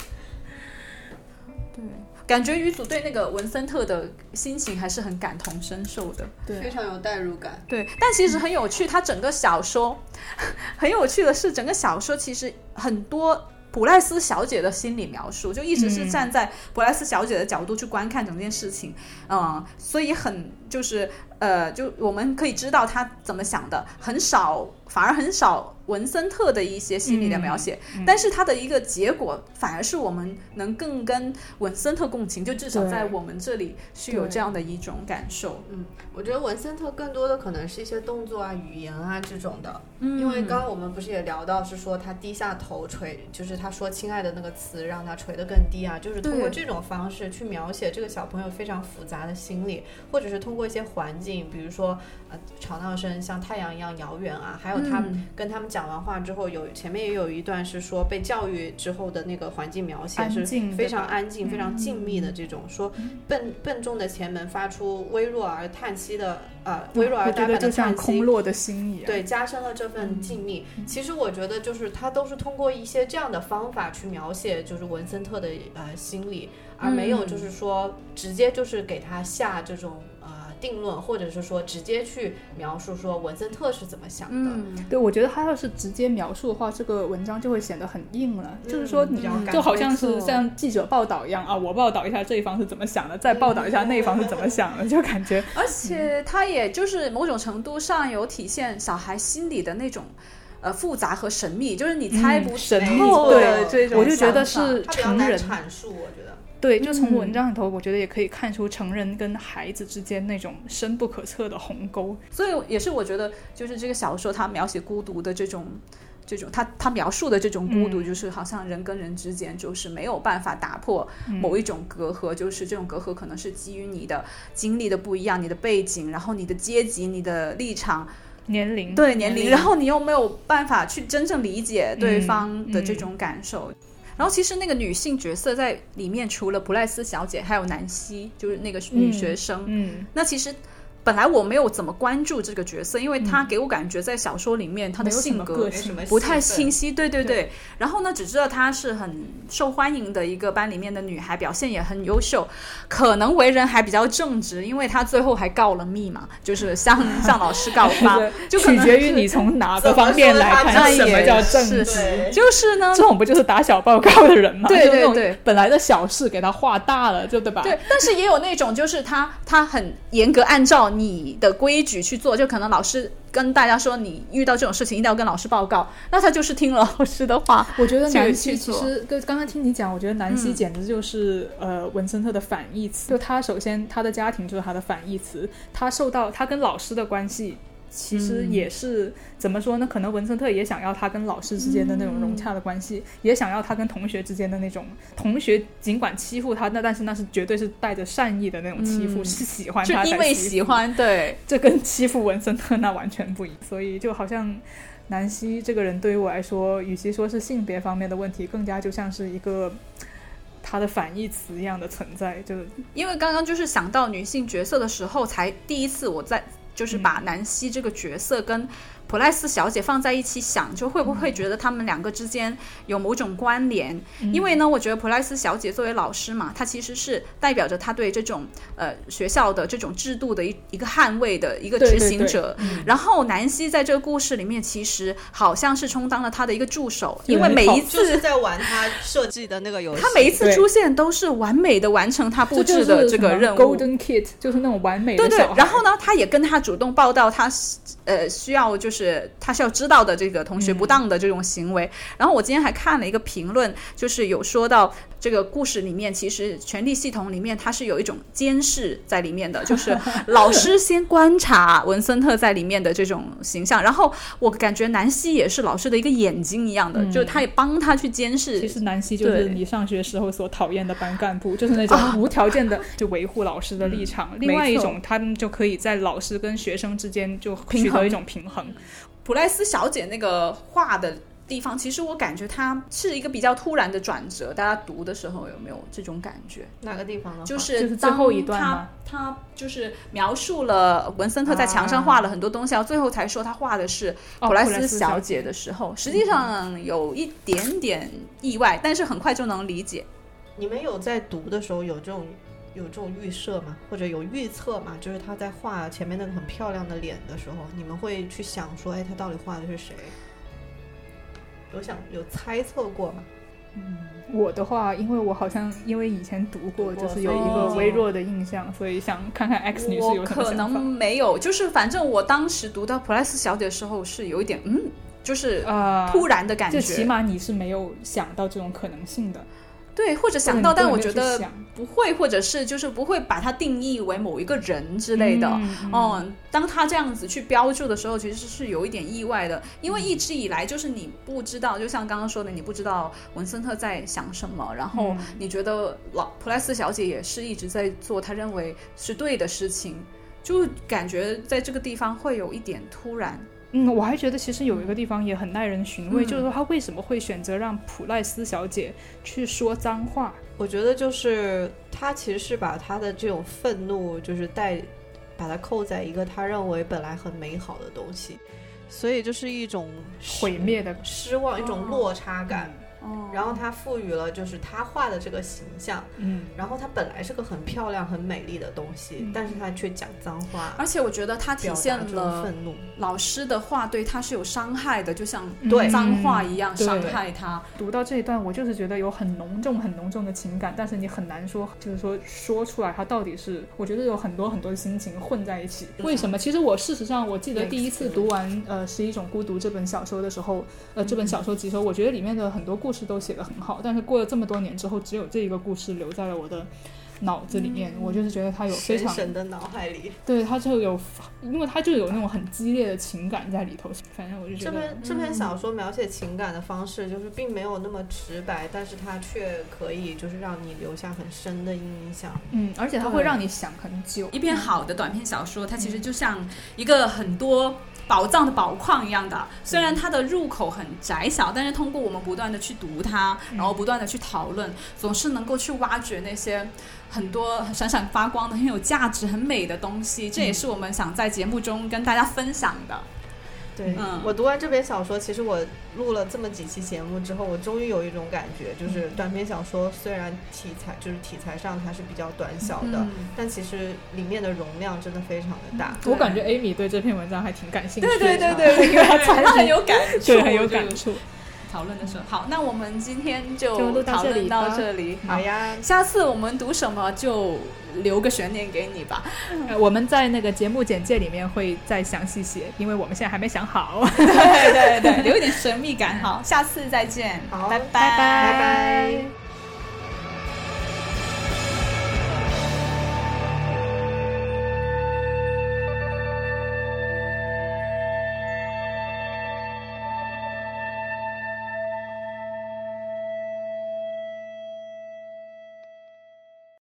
感觉语组对那个文森特的心情还是很感同身受的， 对，非常有代入感。 对，但其实很有趣，他整个小说很有趣的是，整个小说其实很多普赖斯小姐的心理描述，就一直是站在普赖斯小姐的角度去观看整件事情，所以很就是就我们可以知道她怎么想的，反而很少文森特的一些心理的描写，但是他的一个结果反而是我们能更跟文森特共情，就至少在我们这里是有这样的一种感受。 我觉得文森特更多的可能是一些动作啊、语言啊这种的，因为刚刚我们不是也聊到是说他低下头垂，就是他说亲爱的那个词让他垂得更低啊，就是通过这种方式去描写这个小朋友非常复杂的心理，或者是通过一些环境，比如说吵闹声像太阳一样遥远啊，还有他跟他们讲完话之后，前面也有一段是说被教育之后的那个环境描写是非常安静、非常静谧的这种，说笨重的前门发出微弱而叹息的微弱而呆板的叹息， 就像空落的心一样， 对，加深了这份静谧。其实我觉得就是他都是通过一些这样的方法去描写就是文森特的心理，而没有就是说直接就是给他下这种定论，或者是说直接去描述说文森特是怎么想的。 对，我觉得他要是直接描述的话，这个文章就会显得很硬了，就是说你就好像是像记者报道一样我报道一下这一方是怎么想的，再报道一下那一方是怎么想的，就感觉而且他也就是某种程度上有体现小孩心理的那种复杂和神秘，就是你猜不透的这种， 我就觉得是成人阐述，我觉得对，就从文章里头我觉得也可以看出成人跟孩子之间那种深不可测的鸿沟。 所以也是我觉得就是这个小说它描写孤独的这种他描述的这种孤独，就是好像人跟人之间就是没有办法打破某一种隔阂，就是这种隔阂可能是基于你的经历的不一样，你的背景，然后你的阶级，你的立场， 年龄， 对年龄，然后你又没有办法去真正理解对方的这种感受。然后其实那个女性角色在里面除了普莱斯小姐还有南希，就是那个女学生，那其实本来我没有怎么关注这个角色，因为她给我感觉在小说里面她的性格不太清晰，对。然后呢，只知道她是很受欢迎的一个班里面的女孩，表现也很优秀，可能为人还比较正直，因为她最后还告了密嘛，就是向老师告发就取决于你从哪个方面来看什么叫正直。 就是呢， 这种不就是打小报告的人吗？ 对， 本来的小事给他画大了，就对吧？ 对，但是也有那种就是他很严格按照你的规矩去做，就可能老师跟大家说你遇到这种事情一定要跟老师报告，那他就是听了老师的话。 我觉得南希其实刚刚听你讲，我觉得南希简直就是文森特的反义词。就他首先他的家庭就是他的反义词，他跟老师的关系其实也是怎么说呢，可能文森特也想要他跟老师之间的那种融洽的关系，也想要他跟同学之间的那种，同学尽管欺负他，但是那是绝对是带着善意的那种欺负，是喜欢他才欺负， 就因为喜欢，对， 这跟欺负文森特那完全不一样。所以就好像南希这个人对于我来说，与其说是性别方面的问题，更加就像是一个他的反义词一样的存在。就因为刚刚就是想到女性角色的时候，才第一次我在就是把南希这个角色跟普莱斯小姐放在一起想，就会不会觉得他们两个之间有某种关联。因为呢，我觉得普莱斯小姐作为老师嘛，她其实是代表着她对这种学校的这种制度的一个捍卫的一个执行者。然后南希在这个故事里面其实好像是充当了她的一个助手，因为每一次就是在玩她设计的那个游戏， 她每一次出现都是完美的完成她布置的这个任务， Golden Kid 就是那种完美的小孩。 对，然后呢，她也跟她主动报道她需要知道的这个同学不当的这种行为。然后我今天还看了一个评论，就是有说到这个故事里面其实权力系统里面它是有一种监视在里面的，就是老师先观察文森特在里面的这种形象，然后我感觉南希也是老师的一个眼睛一样的，就是他也帮他去监视。 其实南希就是你上学时候所讨厌的班干部，就是那种无条件的就维护老师的立场。另外一种他们就可以在老师跟学生之间就取得一种平衡。 普莱斯小姐那个画的地方，其实我感觉它是一个比较突然的转折，大家读的时候有没有这种感觉？ 哪个地方呢？ 就是最后一段吗？ 他就是描述了文森特在墙上画了很多东西，最后才说他画的是普莱斯小姐的时候，实际上有一点点意外，但是很快就能理解。 你们有在读的时候有这种预设吗？或者有预测吗？就是他在画前面那个很漂亮的脸的时候，你们会去想说，哎，他到底画的是谁？有猜测过吗？ 我的话，因为我好像因为以前读过，就是有一个微弱的印象，所以想看看 X 女士有什么想法。 我可能没有，就是反正我当时读到普莱斯小姐的时候是有一点就是突然的感觉， 就起码你是没有想到这种可能性的。 对，或者想到，但我觉得不会，或者是就是不会把它定义为某一个人之类的。当他这样子去标注的时候，其实是有一点意外的，因为一直以来就是你不知道，就像刚刚说的，你不知道文森特在想什么，然后你觉得普莱斯小姐也是一直在做他认为是对的事情，就感觉在这个地方会有一点突然。 我还觉得其实有一个地方也很耐人寻味，就是说他为什么会选择让普赖斯小姐去说脏话。 我觉得就是他其实是把他的这种愤怒就是把它扣在一个他认为本来很美好的东西，所以就是一种毁灭的失望，一种落差感。然后他赋予了就是他画的这个形象，然后他本来是个很漂亮很美丽的东西，但是他却讲脏话， 而且我觉得他体现了愤怒。 老师的话对他是有伤害的，就像脏话一样伤害他。 读到这一段，我就是觉得有很浓重的情感，但是你很难说，就是说出来，他到底是，我觉得有很多很多的心情混在一起。为什么？其实事实上我记得第一次读完11种孤独这本小说的时候，这本小说集的时候，我觉得里面的很多故事都写得很好，但是过了这么多年之后，只有这一个故事留在了我的脑子里面。我就是觉得它有非常深的脑海里， 对，它就有，因为它就有那种很激烈的情感在里头。反正我就觉得这篇小说描写情感的方式就是并没有那么直白，但是它却可以就是让你留下很深的印象。 而且它会让你想很久。 一篇好的短篇小说，它其实就像一个很多宝藏的宝矿一样的，虽然它的入口很窄小，但是通过我们不断的去读它，然后不断的去讨论，总是能够去挖掘那些很多闪闪发光的很有价值很美的东西，这也是我们想在节目中跟大家分享的。 对，我读完这篇小说，其实我录了这么几期节目之后，我终于有一种感觉，就是短篇小说虽然题材上它是比较短小的，但其实里面的容量真的非常的大。 我感觉 Amy 对这篇文章还挺感兴趣的。 对，因为她很有感触， 对，很有感触。 讨论的时候，好，那我们今天就讨论到这里。 好呀， 下次我们读什么就留个悬念给你吧。 我们在那个节目简介里面会再详细写，因为我们现在还没想好。 对，留一点神秘感。好，下次再见。 好， 拜拜。